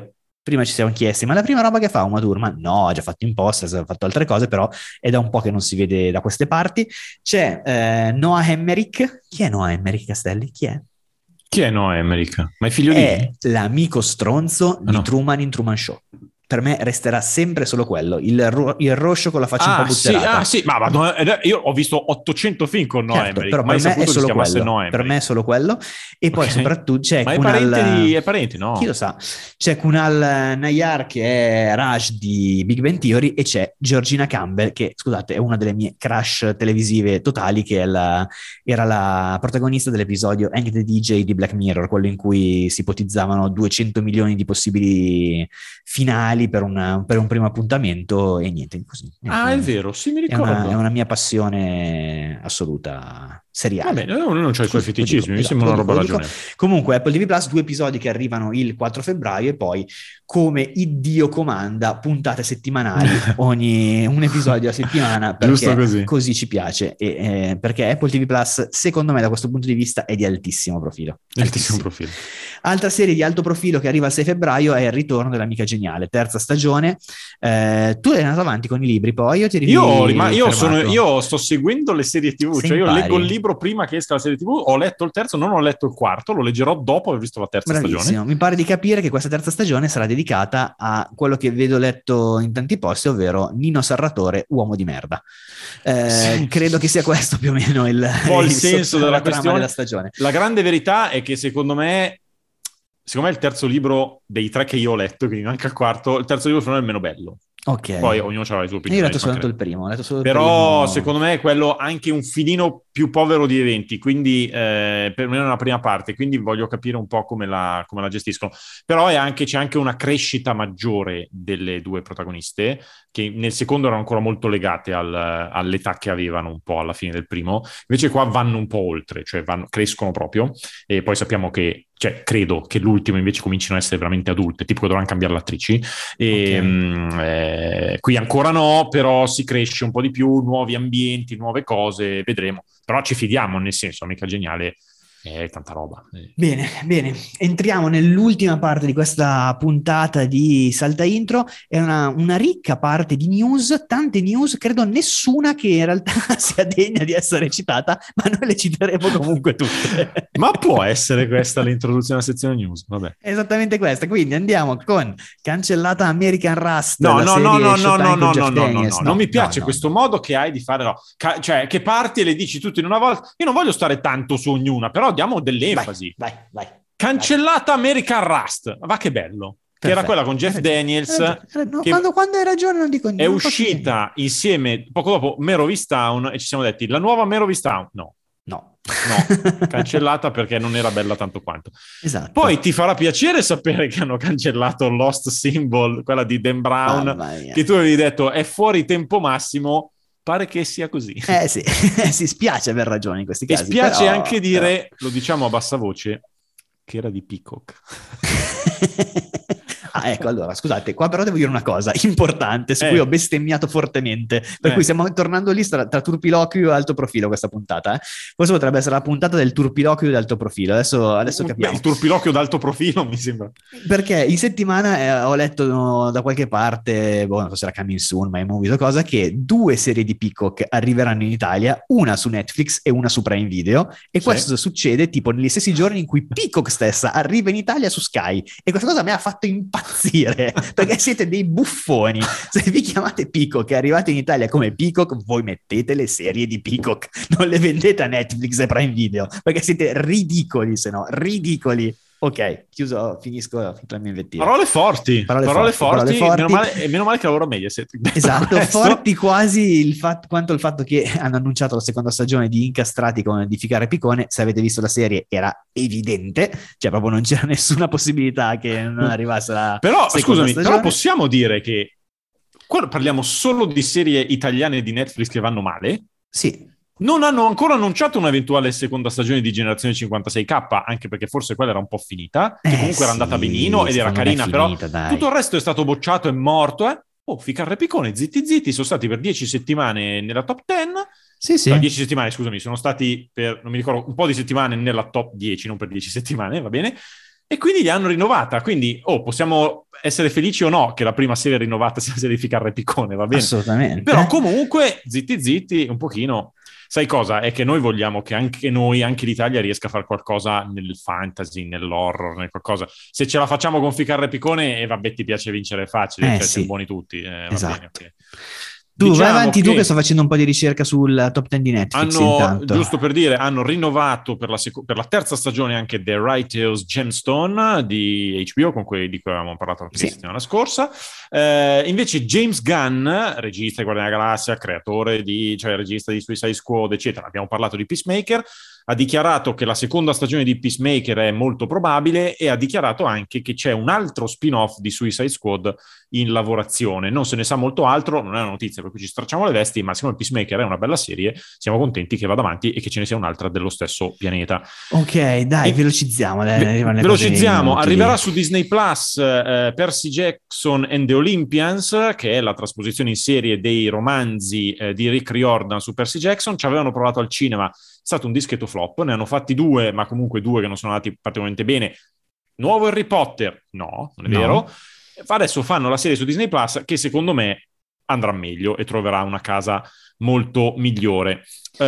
prima ci siamo chiesti, ma la prima roba che fa Uma Thurman? No, ha già fatto Imposters, ha fatto altre cose, però è da un po' che non si vede da queste parti. C'è eh, Noah Emmerich. Chi è Noah Emmerich, Castelli? Chi è? Chi è Noah Emmerich? Ma è figlio di... È l'amico stronzo Ah, di no. Truman in Truman Show. Per me resterà sempre solo quello, il, ro- il roscio con la faccia un Ah po' sì, butterata. ah, sì, ma, ma no, eh, io ho visto ottocento film con Noah Certo, Emmerich, però mai per me è saputo che si solo chiamasse quello. Noah Per Emmerich. me è solo quello. E poi Ok. soprattutto c'è Ma è Kunal... parente di... è parente, no? Chi lo sa? C'è Kunal Nayar che è Raj di Big Bang Theory e c'è Georgina Campbell che, scusate, è una delle mie crush televisive totali, che è la, era la protagonista dell'episodio Hank the D J di Black Mirror, quello in cui si ipotizzavano duecento milioni di possibili finali per, una, per un primo appuntamento e niente, così. Ah, è vero, sì, mi È ricordo. una, è una mia passione assoluta seriale. Va bene, non, non c'ho i suoi Sì, lo feticismi, dico, mi esatto, sembra lo una dico, roba lo dico. ragionevole. Comunque Apple T V Plus, due episodi che arrivano il quattro febbraio e poi, come Iddio comanda, puntate settimanali, ogni un episodio a settimana, Giusto perché così. così ci piace e, eh, perché Apple T V Plus secondo me da questo punto di vista è di altissimo profilo. Altissimo profilo. Altra serie di alto profilo che arriva il sei febbraio è Il ritorno dell'amica geniale, terza stagione. Eh, tu sei andato avanti con i libri, poi io ti eri Io, rima- io, sono, fermato. io sto seguendo le serie tivù, Se cioè io impari. leggo il libro prima che esca la serie tivù, ho letto il terzo, non ho letto il quarto, lo leggerò dopo aver visto la terza Bravissimo, stagione. mi pare di capire che questa terza stagione sarà dedicata a quello che vedo letto in tanti posti, ovvero Nino Sarratore, uomo di merda. Eh, Sì. credo che sia questo più o meno il, Un po' il senso sotto- della la trama questione. della stagione. La grande verità è che secondo me, secondo me il terzo libro dei tre che io ho letto, quindi anche il quarto, il terzo libro secondo me è il meno bello. Ok. Poi ognuno aveva le sue Io ho opinioni. letto ci soltanto il mancherebbe. primo, ho letto solo il Però primo. secondo me è quello anche un filino più povero di eventi, quindi eh, per me è una prima parte, quindi voglio capire un po' come la, come la gestiscono. Però è anche, c'è anche una crescita maggiore delle due protagoniste, che nel secondo erano ancora molto legate al, all'età che avevano un po' alla fine del primo, invece qua vanno un po' oltre, cioè vanno, crescono proprio, e poi sappiamo che, cioè credo che l'ultimo invece comincino a essere veramente adulte, tipo che dovranno cambiare l'attrici, e, Ok. mh, eh, qui ancora no, però si cresce un po' di più, nuovi ambienti, nuove cose, vedremo. Però ci fidiamo, nel senso, Amica Geniale è tanta roba. Eh. Bene, bene, entriamo nell'ultima parte di questa puntata di Salta Intro, è una, una ricca parte di news, tante news, credo nessuna che in realtà sia degna di essere citata, ma noi le citeremo comunque tutte. Ma può essere questa l'introduzione alla sezione news? Vabbè. Esattamente questa, quindi andiamo con cancellata American Rust, No, la no, serie no, no, no, Showtime no, con no, Jeff no, no, no, Daniels. no, No, non mi piace no, no, questo no. modo che hai di fare, no. Ca- cioè che parti e le dici tutte in una volta. Io non voglio stare tanto su ognuna, però diamo dell'enfasi. Vai, vai, vai. Cancellata American Rust, va che bello. Che era Perfetto. quella con Jeff Hai ragione, Daniels, hai ragione, hai ragione. No, che quando, quando hai ragione non dico niente. è non posso dire uscita insieme poco dopo Merovingian Town e ci siamo detti la nuova Merovingian Town. No, No. no, cancellata perché non era bella tanto quanto. Esatto. Poi ti farà piacere sapere che hanno cancellato Lost Symbol, quella di Dan Brown, Mamma mia. che tu avevi detto è fuori tempo massimo. Pare che sia così. Eh sì, si spiace aver ragione in questi E casi. spiace però- anche dire, lo diciamo a bassa voce, che era di Peacock. Ah, ecco, allora, scusate, qua però devo dire una cosa importante su Eh. cui ho bestemmiato fortemente, per Eh. cui stiamo tornando lì tra, tra turpiloquio e alto profilo questa puntata. Eh. Forse potrebbe essere la puntata del turpiloquio ed alto profilo, adesso, adesso Beh, capiamo. il turpiloquio d'alto profilo mi sembra. Perché in settimana eh, ho letto no, da qualche parte, boh, non so se era Coming Soon, ma ho visto cosa, che due serie di Peacock arriveranno in Italia, una su Netflix e una su Prime Video, e Sì. questo succede tipo negli stessi giorni in cui Peacock stessa arriva in Italia su Sky, e questa cosa mi ha fatto impazzire, perché siete dei buffoni. Se vi chiamate Peacock e arrivate in Italia come Peacock, voi mettete le serie di Peacock, non le vendete a Netflix e Prime Video, perché siete ridicoli, se no, ridicoli. Ok, chiuso, finisco la mia invettiva. Parole forti, Parole parole, forti, forti, parole forti. Meno, male, e meno male che lavoro a Mediaset. Esatto, Questo. forti quasi il fatto, quanto il fatto che hanno annunciato la seconda stagione di Incastrati con Di Ficare e Piccone. Se avete visto la serie era evidente, cioè proprio non c'era nessuna possibilità che non arrivasse la Però, seconda scusami, stagione. però possiamo dire che qua parliamo solo di serie italiane di Netflix che vanno male? Sì. Non hanno ancora annunciato un'eventuale seconda stagione di Generazione cinquantasei K, anche perché forse quella era un po' finita, che Eh, comunque era sì, andata benino ed era secondo me carina, è però finita, dai. tutto il resto è stato bocciato e morto, eh? Oh, Ficarra e Piccone, zitti zitti, sono stati per dieci settimane nella top dieci, Sì, sì. no, dieci settimane, scusami, sono stati per, non mi ricordo, un po' di settimane nella top dieci, non per dieci settimane, va bene? e quindi gli hanno rinnovata. Quindi, oh, possiamo essere felici o no che la prima serie rinnovata sia la serie di Ficarra e Piccone, va bene? Assolutamente. Però comunque, zitti zitti, un pochino... Sai cosa? È che noi vogliamo che anche noi, anche l'Italia, riesca a fare qualcosa nel fantasy, nell'horror, nel qualcosa. Se ce la facciamo con Ficarra e Piccone, e eh, vabbè, ti piace vincere facile, eh, cioè sì. siamo buoni tutti. Eh, esatto. Va bene, okay. Tu Diciamo vai avanti che tu che sto facendo un po' di ricerca sul top ten di Netflix hanno, intanto. giusto per dire, hanno rinnovato per la, seco- per la terza stagione anche The Righteous Gemstone di H B O, con cui, di cui avevamo parlato la Sì. settimana scorsa. Eh, invece James Gunn, regista di Guardiani della Galassia, creatore di, cioè regista di Suicide Squad, eccetera, abbiamo parlato di Peacemaker, ha dichiarato che la seconda stagione di Peacemaker è molto probabile e ha dichiarato anche che c'è un altro spin-off di Suicide Squad in lavorazione. Non se ne sa molto altro, non è una notizia per cui ci stracciamo le vesti, ma siccome Peacemaker è una bella serie, siamo contenti che vada avanti e che ce ne sia un'altra dello stesso pianeta. Ok, dai, e velocizziamo. Dai, ve- velocizziamo, arriverà su Disney Plus eh, Percy Jackson and the Olympians, che è la trasposizione in serie dei romanzi eh, di Rick Riordan su Percy Jackson. Ci avevano provato al cinema, è stato un dischetto flop, ne hanno fatti due, ma comunque due che non sono andati particolarmente bene. Nuovo Harry Potter? No, non è No. vero. Adesso fanno la serie su Disney Plus che secondo me andrà meglio e troverà una casa molto migliore.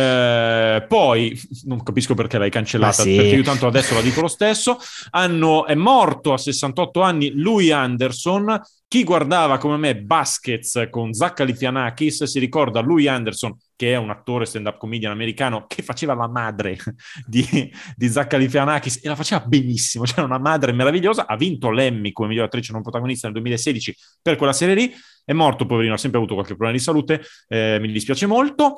Eh, poi non capisco perché l'hai cancellata, sì. perché io tanto adesso la dico lo stesso. Hanno, è morto a sessantotto anni Louis Anderson. Chi guardava come me Baskets con Zach Galifianakis si ricorda Louis Anderson, che è un attore stand-up comedian americano che faceva la madre di, di Zach Galifianakis e la faceva benissimo, c'era una madre meravigliosa. Ha vinto l'Emmy come miglior attrice non protagonista nel duemilasedici per quella serie lì. È morto, poverino, ha sempre avuto qualche problema di salute, eh, mi dispiace molto.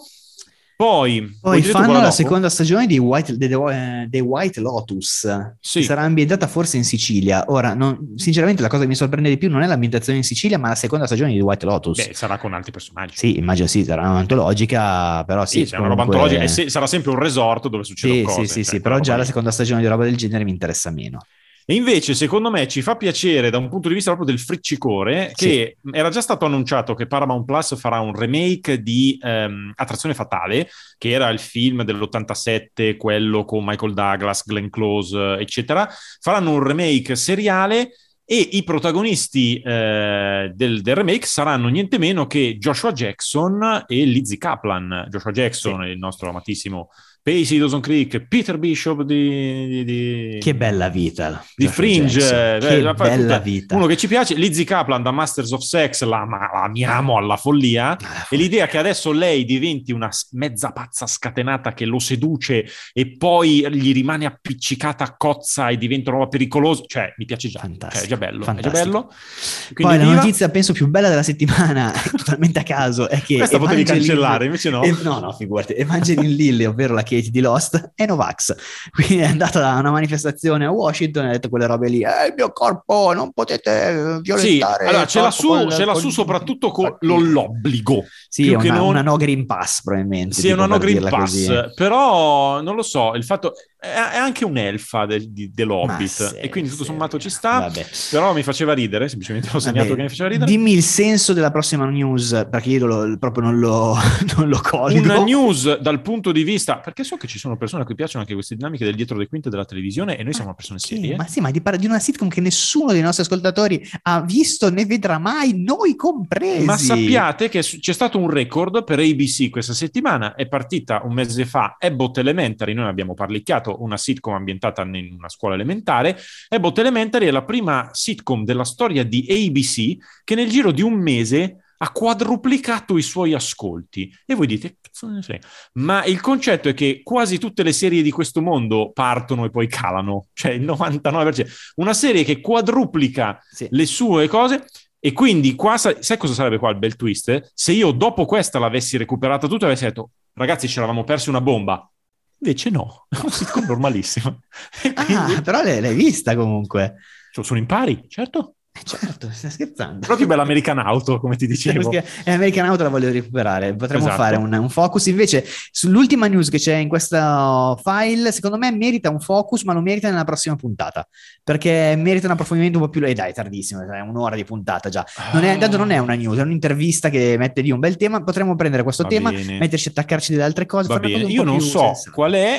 Poi, Poi fanno la dopo? seconda stagione di White, The, The, The White Lotus, sì. che sarà ambientata forse in Sicilia. Ora, non, sinceramente la cosa che mi sorprende di più non è l'ambientazione in Sicilia, ma la seconda stagione di The White Lotus. Beh, sarà con altri personaggi. Sì, immagino sì, sarà antologica, però sì. Sì, sarà una roba antologica e se, sarà sempre un resort dove succedono sì, cose. Sì, sì, cioè, sì, però già lì. la seconda stagione di roba del genere mi interessa meno. E invece, secondo me, ci fa piacere da un punto di vista proprio del friccicore che sì. Era già stato annunciato che Paramount Plus farà un remake di um, Attrazione Fatale, che era il film dell'ottantasette, quello con Michael Douglas, Glenn Close, eccetera. Faranno un remake seriale e i protagonisti eh, del, del remake saranno niente meno che Joshua Jackson e Lizzie Kaplan. Joshua Jackson sì. è il nostro amatissimo Pacey Dawson Creek, Peter Bishop di, di, di che bella vita di Fringe, eh, che beh, bella vita, uno che ci piace. Lizzie Kaplan da Masters of Sex la, la amiamo alla follia, ah, e l'idea che adesso lei diventi una mezza pazza scatenata che lo seduce e poi gli rimane appiccicata a cozza e diventa una roba pericolosa, cioè mi piace già, cioè, è già bello, è già bello. Poi la notizia penso più bella della settimana totalmente a caso è che questa potevi cancellare, invece no. E, no no figurati, Evangeline Lilly, ovvero la Katie di Lost, è Novax, quindi è andata a una manifestazione a Washington e ha detto quelle robe lì, eh, il mio corpo non potete violentare. Sì, allora ce l'ha su, col, ce l'ha col, su soprattutto con l'obbligo. Sì, è una, non... una no green pass probabilmente. Sì, è una no green pass, così. Però non lo so, il fatto è, è anche un'elfa de, de, dell'Hobbit sì, e quindi tutto sì, sommato ci sta, vabbè. Però mi faceva ridere, semplicemente ho segnato vabbè. Che mi faceva ridere. Dimmi il senso della prossima news, perché io lo, proprio non lo, non lo colgo. Una news dal punto di vista, perché so che ci sono persone a cui piacciono anche queste dinamiche del dietro le quinte della televisione e noi siamo persone serie. Ma sì, ma di, di una sitcom che nessuno dei nostri ascoltatori ha visto né vedrà mai, noi compresi. Ma sappiate che c'è stato un record per A B C questa settimana, è partita un mese fa Abbott Elementary, noi abbiamo parlicchiato, una sitcom ambientata in una scuola elementare. Abbott Elementary è la prima sitcom della storia di A B C che nel giro di un mese ha quadruplicato i suoi ascolti. E voi dite, cazzo ne frega? Ma il concetto è che quasi tutte le serie di questo mondo partono e poi calano, cioè il novantanove per cento. Una serie che quadruplica sì. le sue cose. E quindi qua, sai cosa sarebbe qua il bel twist? Se io dopo questa l'avessi recuperata tutta, avessi detto, ragazzi, ci eravamo persi una bomba. Invece no, è una sitcom normalissima. Quindi... Ah, però l'hai, l'hai vista comunque. Sono in pari, certo. Eh certo, stai scherzando. Proprio bella American Auto, come ti dicevo. È American Auto, la voglio recuperare. Potremmo esatto. fare un, un focus. Invece, sull'ultima news che c'è in questo file, secondo me merita un focus, ma lo merita nella prossima puntata. Perché merita un approfondimento un po' più... E eh dai, è tardissimo, è un'ora di puntata già. Non è, tanto non è una news, è un'intervista che mette lì un bel tema. Potremmo prendere questo Va tema, bene. metterci a attaccarci delle altre cose. Va bene, io non so sensate. qual è,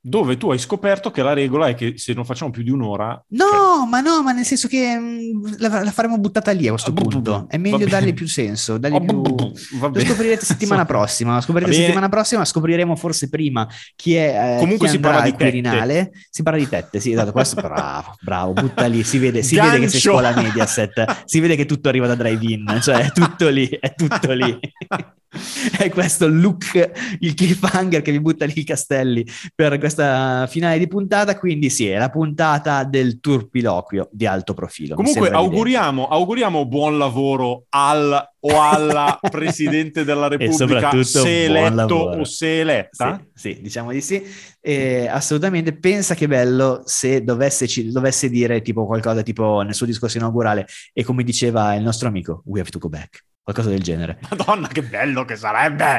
dove tu hai scoperto che la regola è che se non facciamo più di un'ora... No, cioè... ma no, ma nel senso che mh, la, la faremo buttata lì a questo punto. È meglio dargli più senso, dargli più... Va Lo scoprirete settimana prossima. Scoprirete settimana prossima, scopriremo forse prima chi è... Eh, Comunque chi si parla di Quirinale. Si parla di tette, sì, esatto, questo bravo, bravo, butta lì, si vede, si vede che sei scuola Mediaset, si vede che tutto arriva da drive-in, cioè è tutto lì, è tutto lì. È questo il look, il cliffhanger che vi butta lì i castelli per questa finale di puntata. Quindi sì, è la puntata del turpiloquio di alto profilo. Comunque auguriamo, auguriamo buon lavoro al o alla Presidente della Repubblica, se eletto o se eletta. Sì, sì, diciamo di sì. Eh, assolutamente. Pensa che bello se dovesse, ci, dovesse dire tipo qualcosa tipo nel suo discorso inaugurale, e come diceva il nostro amico, we have to go back. Qualcosa del genere. Madonna, che bello che sarebbe!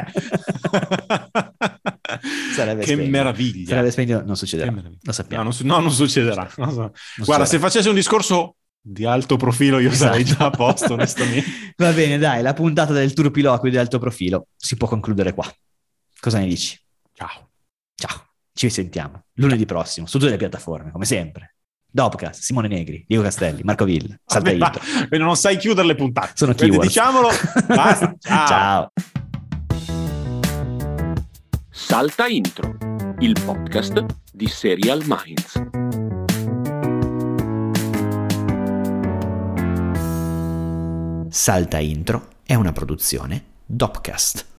sarebbe che spegno. meraviglia. Sarebbe spegno, non succederà. Lo sappiamo. No, non, no, non succederà. Non so. Non Guarda, succederà. se facesse un discorso di alto profilo io esatto. sarei già a posto, onestamente. Va bene, dai, la puntata del turpiloquio di alto profilo si può concludere qua. Cosa ne dici? Ciao. Ciao. Ci sentiamo lunedì prossimo su tutte le piattaforme, come sempre. Dopcast, Simone Negri, Diego Castelli, Marco Villa, Salta Intro. Non sai chiudere le puntate. Sono keyword. Diciamolo. Basta. Ciao. Ciao. Salta Intro, il podcast di Serial Minds. Salta Intro è una produzione Dopcast.